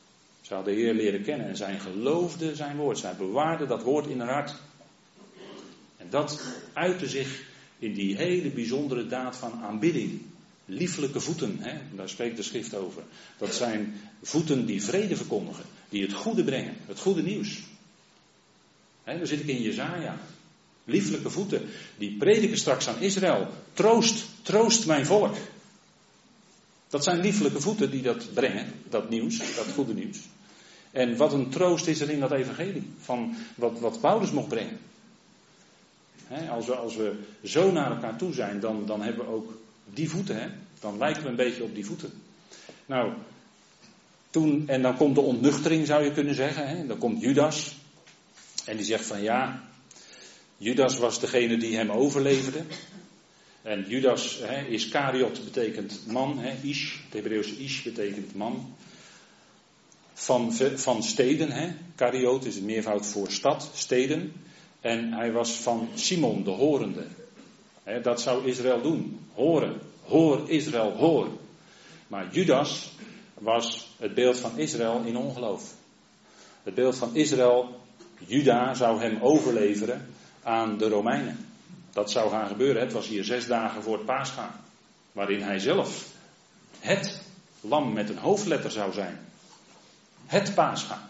Ze hadden de Heer leren kennen en zij geloofden zijn woord. Zij bewaarden dat woord in hun hart. En dat uitte zich in die hele bijzondere daad van aanbidding. Liefelijke voeten, hè? Daar spreekt de schrift over. Dat zijn voeten die vrede verkondigen. Die het goede brengen, het goede nieuws. Hè, dan zit ik in Jesaja. Lieflijke voeten, die prediken straks aan Israël. Troost, troost mijn volk. Dat zijn lieflijke voeten die dat brengen, dat nieuws, dat goede nieuws. En wat een troost is er in dat evangelie, van wat, wat Paulus mocht brengen. He, als, we, als we zo naar elkaar toe zijn, dan, dan hebben we ook die voeten, hè? Dan lijken we een beetje op die voeten. Nou, toen, en dan komt de ontnuchtering, zou je kunnen zeggen. Hè? Dan komt Judas, en die zegt van ja, Judas was degene die hem overleverde. En Judas, hè, Iskariot betekent man, hè, Ish, het Hebreeuwse Ish betekent man. Van, van steden, hè, Kariot is het meervoud voor stad, steden. En hij was van Simon, de horende. Hè, dat zou Israël doen, horen, hoor Israël, hoor. Maar Judas was het beeld van Israël in ongeloof. Het beeld van Israël, Juda zou hem overleveren aan de Romeinen. Dat zou gaan gebeuren. Het was hier zes dagen voor het Pascha. Waarin hij zelf het lam met een hoofdletter zou zijn. Het Pascha.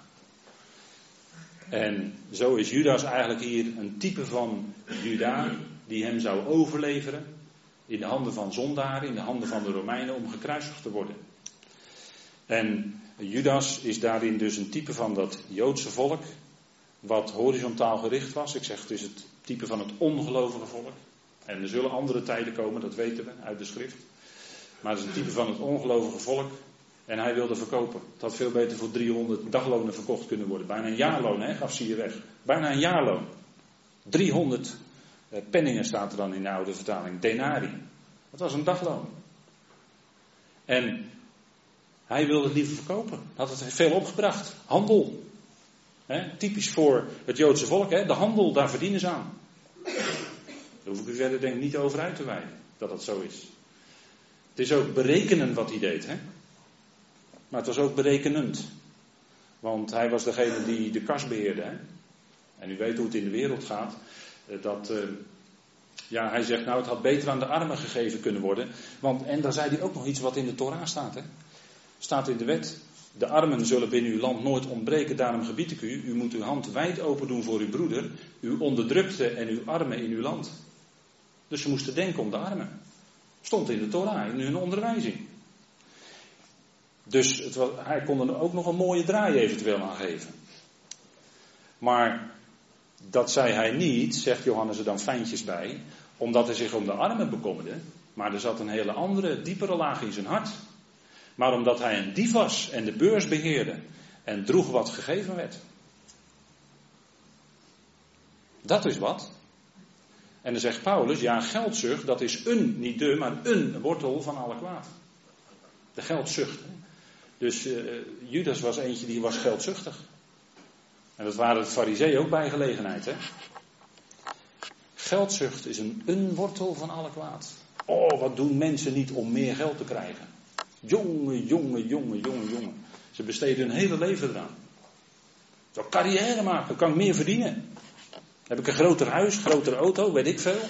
En zo is Judas eigenlijk hier een type van Juda die hem zou overleveren in de handen van zondaren, in de handen van de Romeinen om gekruisigd te worden. En Judas is daarin dus een type van dat Joodse volk wat horizontaal gericht was. Ik zeg het is het type van het ongelovige volk. En er zullen andere tijden komen, dat weten we uit de schrift. Maar het is een type van het ongelovige volk. En hij wilde verkopen. Het had veel beter voor driehonderd daglonen verkocht kunnen worden. Bijna een jaarloon, hè, gaf ze je weg. Bijna een jaarloon. driehonderd eh, penningen staat er dan in de oude vertaling. Denari. Dat was een dagloon. En hij wilde het liever verkopen. Had het veel opgebracht. Handel. Hè, typisch voor het Joodse volk. Hè, de handel, daar verdienen ze aan. Daar hoef ik u verder denk ik niet over uit te wijden. Dat dat zo is. Het is ook berekenen wat hij deed. Hè. Maar het was ook berekenend. Want hij was degene die de kas beheerde. Hè? En u weet hoe het in de wereld gaat. Dat, uh, ja, hij zegt nou het had beter aan de armen gegeven kunnen worden. Want, en dan zei hij ook nog iets wat in de Torah staat. Hè? Staat in de wet. De armen zullen binnen uw land nooit ontbreken. Daarom gebied ik u. U moet uw hand wijd open doen voor uw broeder. Uw onderdrukte en uw armen in uw land. Dus ze moesten denken om de armen. Stond in de Torah, in hun onderwijzing. Dus het was, hij kon er ook nog een mooie draai eventueel aan geven. Maar dat zei hij niet, zegt Johannes er dan fijntjes bij, omdat hij zich om de armen bekommerde. Maar er zat een hele andere, diepere laag in zijn hart. Maar omdat hij een dief was en de beurs beheerde en droeg wat gegeven werd. Dat is wat. En dan zegt Paulus, ja, geldzucht, dat is een, niet de, maar een wortel van alle kwaad. De geldzucht. Dus uh, Judas was eentje die was geldzuchtig. En dat waren de farizeeën ook bij gelegenheid. Hè? Geldzucht is een, een wortel van alle kwaad. Oh, wat doen mensen niet om meer geld te krijgen. Jongen, jongen, jongen, jongen, jongen. Ze besteden hun hele leven eraan. Ik wil carrière maken, kan ik meer verdienen. Heb ik een groter huis, grotere auto, weet ik veel.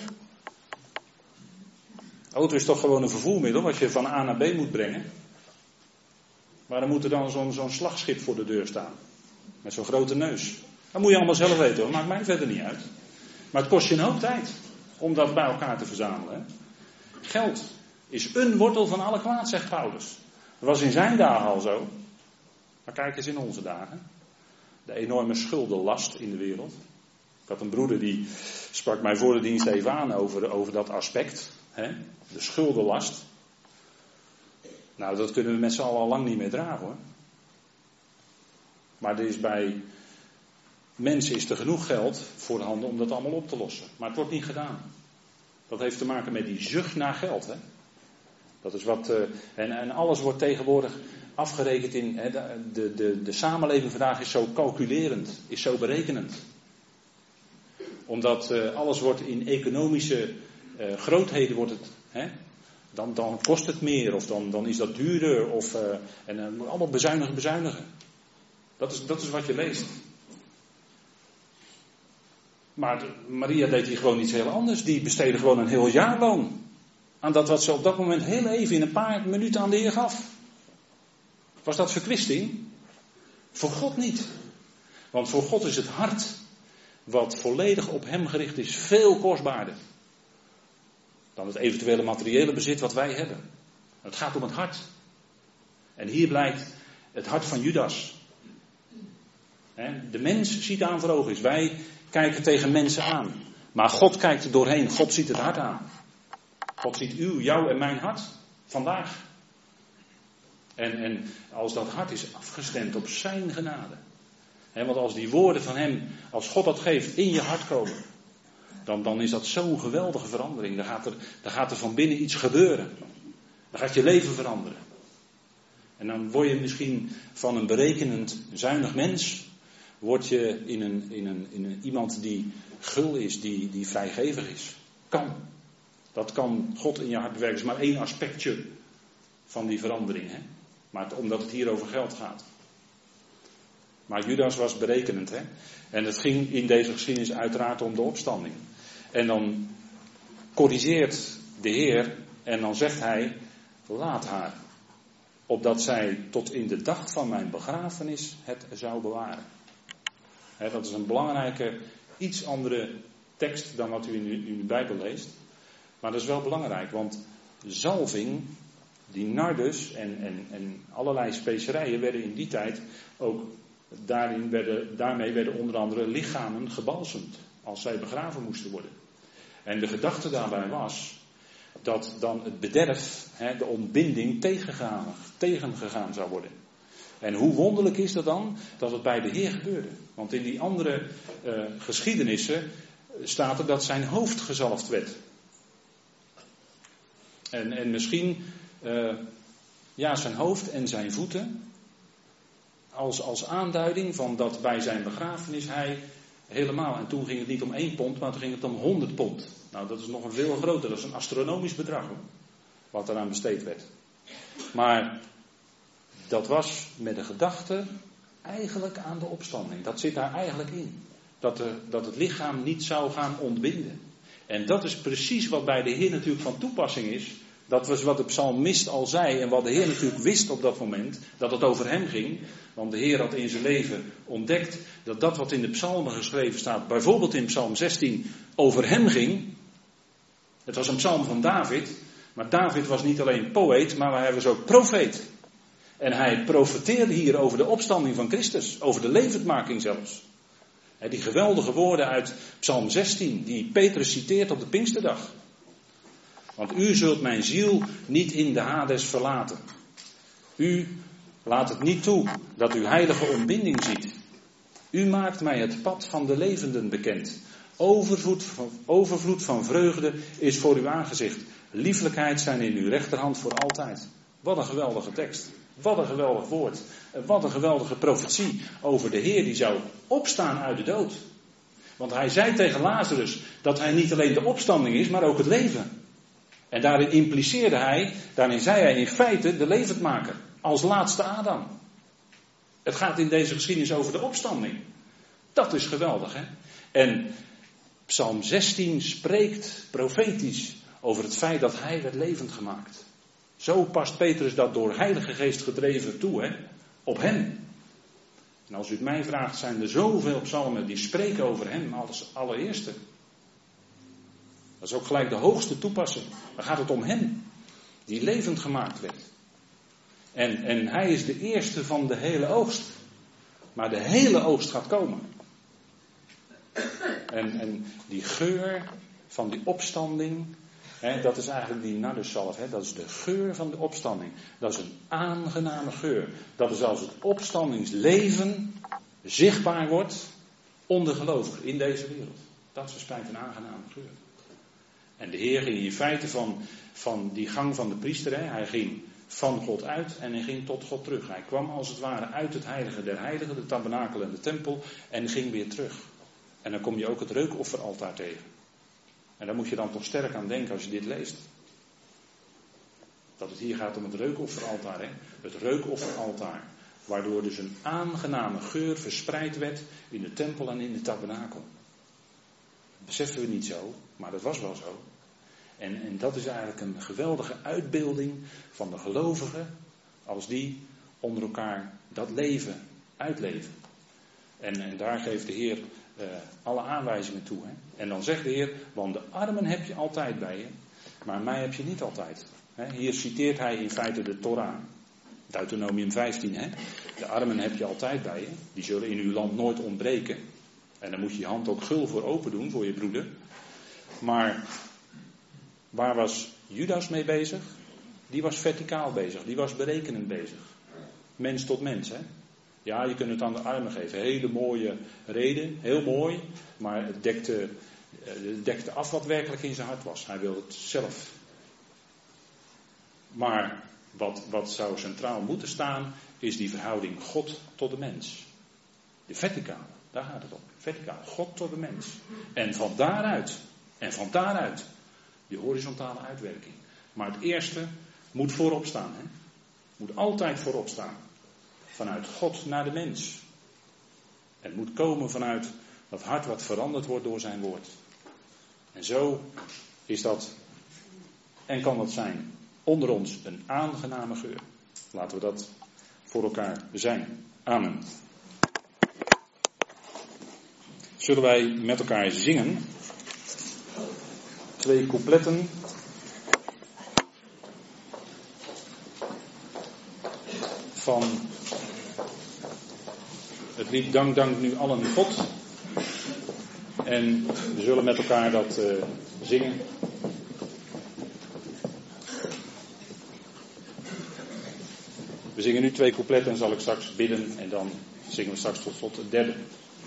Auto is toch gewoon een vervoermiddel wat je van A naar B moet brengen. Maar dan moet er dan zo'n, zo'n slagschip voor de deur staan. Met zo'n grote neus. Dat moet je allemaal zelf weten hoor, maakt mij verder niet uit. Maar het kost je een hoop tijd om dat bij elkaar te verzamelen. Hè? Geld is een wortel van alle kwaad, zegt Paulus. Dat was in zijn dagen al zo. Maar kijk eens in onze dagen. De enorme schuldenlast in de wereld. Ik had een broeder die sprak mij voor de dienst even aan over, over dat aspect. Hè? De schuldenlast. Nou, dat kunnen we met z'n allen al lang niet meer dragen hoor. Maar er is bij mensen is er genoeg geld voor de handen om dat allemaal op te lossen. Maar het wordt niet gedaan. Dat heeft te maken met die zucht naar geld. Hè? Dat is wat, uh, en, en alles wordt tegenwoordig afgerekend in. Hè, de, de, de, de samenleving vandaag is zo calculerend, is zo berekenend. Omdat uh, alles wordt in economische uh, grootheden wordt het. Hè? Dan, dan kost het meer of dan, dan is dat duurder. Of, uh, en dan uh, moet allemaal bezuinigen, bezuinigen. Dat is, dat is wat je leest. Maar Maria deed hier gewoon iets heel anders. Die besteedde gewoon een heel jaarloon aan dat wat ze op dat moment heel even in een paar minuten aan de Heer gaf. Was dat verkwisting? Voor God niet. Want voor God is het hart wat volledig op hem gericht is veel kostbaarder dan het eventuele materiële bezit wat wij hebben. Het gaat om het hart. En hier blijkt het hart van Judas. De mens ziet aan voor ogen is. Wij kijken tegen mensen aan. Maar God kijkt er doorheen. God ziet het hart aan. God ziet uw, jou en mijn hart vandaag. En, en als dat hart is afgestemd op zijn genade. He, want als die woorden van hem, als God dat geeft, in je hart komen. Dan, dan is dat zo'n geweldige verandering. Dan gaat, er, dan gaat er van binnen iets gebeuren. Dan gaat je leven veranderen. En dan word je misschien van een berekenend, zuinig mens. Word je in een, in een, in een, iemand die gul is, die, die vrijgevig is. Kan. Dat kan God in je hart bewerken. Dat is maar één aspectje van die verandering. Hè? Maar het, omdat het hier over geld gaat. Maar Judas was berekenend. Hè? En het ging in deze geschiedenis uiteraard om de opstanding. En dan corrigeert de Heer en dan zegt hij, laat haar. Opdat zij tot in de dag van mijn begrafenis het zou bewaren. He, dat is een belangrijke, iets andere tekst dan wat u in, uw, in uw Bijbel leest. Maar dat is wel belangrijk, want zalving, die nardus en, en, en allerlei specerijen werden in die tijd ook, daarin werden, daarmee werden onder andere lichamen gebalsemd. Als zij begraven moesten worden. En de gedachte daarbij was dat dan het bederf, he, de ontbinding tegengegaan, tegengegaan zou worden. En hoe wonderlijk is dat dan dat het bij de Heer gebeurde. Want in die andere uh, geschiedenissen staat er dat zijn hoofd gezalfd werd. En, en misschien uh, ja, zijn hoofd en zijn voeten als, als aanduiding van dat bij zijn begrafenis hij helemaal, en toen ging het niet om één pond, maar toen ging het om honderd pond. Nou, dat is nog een veel groter, dat is een astronomisch bedrag hoor, wat eraan besteed werd. Maar dat was met de gedachte eigenlijk aan de opstanding. Dat zit daar eigenlijk in. Dat, de, dat het lichaam niet zou gaan ontbinden. En dat is precies wat bij de Heer natuurlijk van toepassing is. Dat was wat de psalmist al zei en wat de Heer natuurlijk wist op dat moment. Dat het over hem ging. Want de Heer had in zijn leven ontdekt dat dat wat in de psalmen geschreven staat, bijvoorbeeld in psalm zestien, over hem ging. Het was een psalm van David. Maar David was niet alleen poëet, maar hij was ook profeet. En hij profeteerde hier over de opstanding van Christus. Over de levendmaking zelfs. Die geweldige woorden uit psalm zestien, die Petrus citeert op de Pinksterdag. Want u zult mijn ziel niet in de Hades verlaten. U laat het niet toe dat uw heilige ontbinding ziet. U maakt mij het pad van de levenden bekend. Overvloed van, overvloed van vreugde is voor uw aangezicht. Lieflijkheid zijn in uw rechterhand voor altijd. Wat een geweldige tekst. Wat een geweldig woord. Wat een geweldige profetie over de Heer die zou opstaan uit de dood. Want hij zei tegen Lazarus dat hij niet alleen de opstanding is, maar ook het leven. En daarin impliceerde hij, daarin zei hij in feite de levendmaker. Als laatste Adam. Het gaat in deze geschiedenis over de opstanding. Dat is geweldig, hè? En psalm zestien spreekt profetisch over het feit dat hij werd levend gemaakt. Zo past Petrus dat door Heilige Geest gedreven toe, hè? Op hem. En als u het mij vraagt, zijn er zoveel psalmen die spreken over hem als allereerste. Dat is ook gelijk de hoogste toepassing. Dan gaat het om hem, die levend gemaakt werd. En, en hij is de eerste van de hele oogst. Maar de hele oogst gaat komen. En, en die geur van die opstanding, hè, dat is eigenlijk die narduszalf. Hè, dat is de geur van de opstanding. Dat is een aangename geur. Dat is als het opstandingsleven zichtbaar wordt onder gelovigen in deze wereld. Dat verspreidt een aangename geur. En de Heer ging in feite van, van die gang van de priester, hè, hij ging van God uit en hij ging tot God terug. Hij kwam als het ware uit het heilige der heiligen, de tabernakel en de tempel, en ging weer terug. En dan kom je ook het reukofferaltaar tegen. En daar moet je dan toch sterk aan denken als je dit leest. Dat het hier gaat om het reukofferaltaar. Hè? Het reukofferaltaar. Waardoor dus een aangename geur verspreid werd in de tempel en in de tabernakel. Dat beseffen we niet zo, maar dat was wel zo. En, en dat is eigenlijk een geweldige uitbeelding van de gelovigen als die onder elkaar dat leven uitleven. En, en daar geeft de Heer uh, alle aanwijzingen toe. Hè? En dan zegt de Heer, want de armen heb je altijd bij je, maar mij heb je niet altijd. Hè? Hier citeert hij in feite de Torah. Deuteronomium vijftien. Hè? De armen heb je altijd bij je. Die zullen in uw land nooit ontbreken. En dan moet je je hand ook gul voor open doen, voor je broeder. Maar waar was Judas mee bezig? Die was verticaal bezig. Die was berekenend bezig. Mens tot mens. Hè? Ja, je kunt het aan de armen geven. Hele mooie reden. Heel mooi. Maar het dekte, het dekte af wat werkelijk in zijn hart was. Hij wilde het zelf. Maar wat, wat zou centraal moeten staan, is die verhouding God tot de mens. De verticale, daar gaat het om. Verticaal, God tot de mens. En van daaruit, en van daaruit, die horizontale uitwerking. Maar het eerste moet voorop staan. Hè? Moet altijd voorop staan. Vanuit God naar de mens. Het moet komen vanuit dat hart wat veranderd wordt door zijn woord. En zo is dat, en kan dat zijn, onder ons een aangename geur. Laten we dat voor elkaar zijn. Amen. Zullen wij met elkaar zingen? Twee coupletten. Van het lied Dank, dank nu allen God. En we zullen met elkaar dat uh, zingen. We zingen nu twee coupletten en zal ik straks bidden en dan zingen we straks tot slot het derde.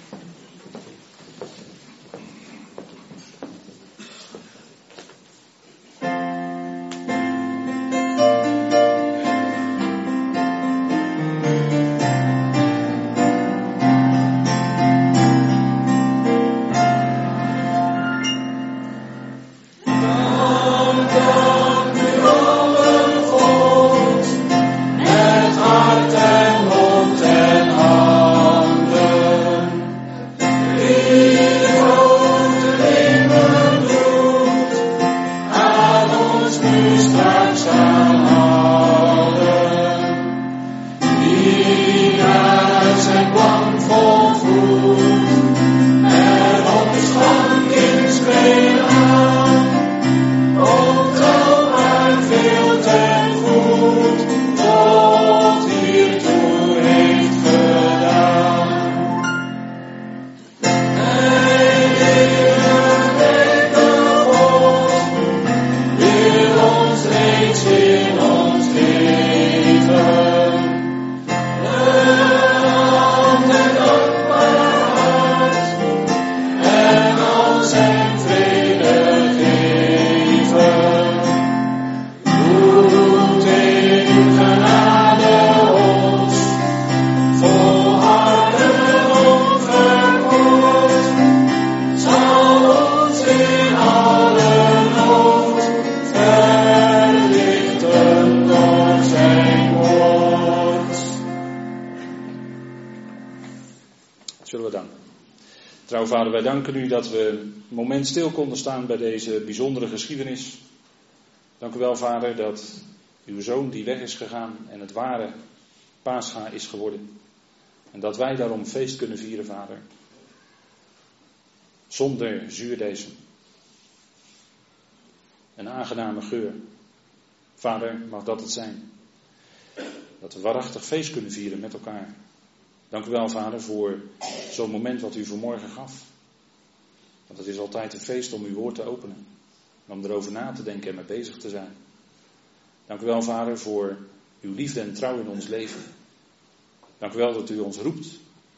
Vader, wij danken u dat we een moment stil konden staan bij deze bijzondere geschiedenis. Dank u wel, Vader, dat uw zoon die weg is gegaan en het ware Pascha is geworden. En dat wij daarom feest kunnen vieren, Vader. Zonder zuurdeesem. Een aangename geur. Vader, mag dat het zijn. Dat we waarachtig feest kunnen vieren met elkaar. Dank u wel, Vader, voor zo'n moment wat u vanmorgen gaf. Want het is altijd een feest om uw woord te openen. En om erover na te denken en mee bezig te zijn. Dank u wel, Vader, voor uw liefde en trouw in ons leven. Dank u wel dat u ons roept.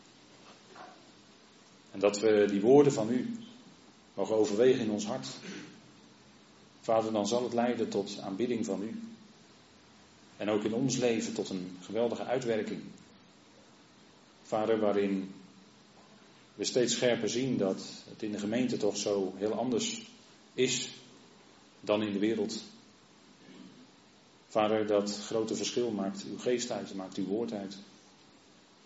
En dat we die woorden van u mogen overwegen in ons hart. Vader, dan zal het leiden tot aanbidding van u. En ook in ons leven tot een geweldige uitwerking. Vader, waarin we steeds scherper zien dat het in de gemeente toch zo heel anders is dan in de wereld. Vader, dat grote verschil maakt uw geest uit, maakt uw woord uit.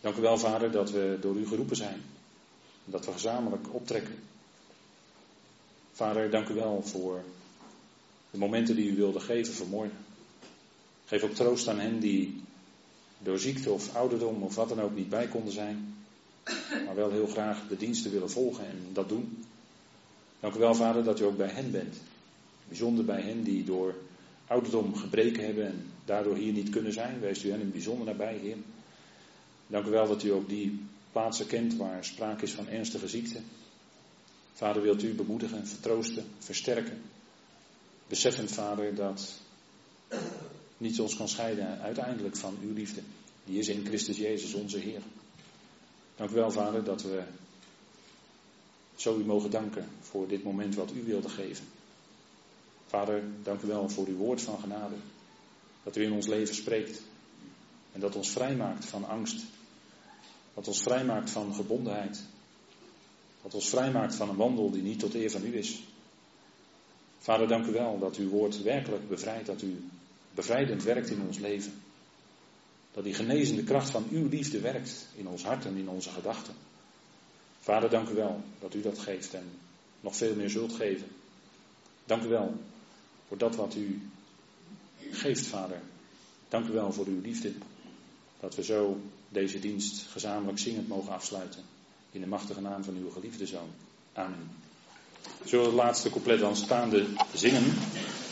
Dank u wel, Vader, dat we door u geroepen zijn. Dat we gezamenlijk optrekken. Vader, dank u wel voor de momenten die u wilde geven vanmorgen. Geef ook troost aan hen die door ziekte of ouderdom of wat dan ook niet bij konden zijn. Maar wel heel graag de diensten willen volgen en dat doen. Dank u wel, Vader, dat u ook bij hen bent. Bijzonder bij hen die door ouderdom gebreken hebben en daardoor hier niet kunnen zijn. Wees u hen in het bijzonder nabij, Heer. Dank u wel dat u ook die plaatsen kent waar sprake is van ernstige ziekte. Vader, wilt u bemoedigen, vertroosten, versterken. Beseffend, Vader, dat niets ons kan scheiden uiteindelijk van uw liefde. Die is in Christus Jezus, onze Heer. Dank u wel, Vader, dat we zo u mogen danken voor dit moment wat u wilde geven. Vader, dank u wel voor uw woord van genade. Dat u in ons leven spreekt. En dat ons vrijmaakt van angst. Dat ons vrijmaakt van gebondenheid. Dat ons vrijmaakt van een wandel die niet tot eer van u is. Vader, dank u wel dat uw woord werkelijk bevrijdt. Dat u bevrijdend werkt in ons leven. Dat die genezende kracht van uw liefde werkt in ons hart en in onze gedachten. Vader, dank u wel dat u dat geeft en nog veel meer zult geven. Dank u wel voor dat wat u geeft, Vader. Dank u wel voor uw liefde. Dat we zo deze dienst gezamenlijk zingend mogen afsluiten. In de machtige naam van uw geliefde Zoon. Amen. Zullen we het laatste couplet dan staande zingen?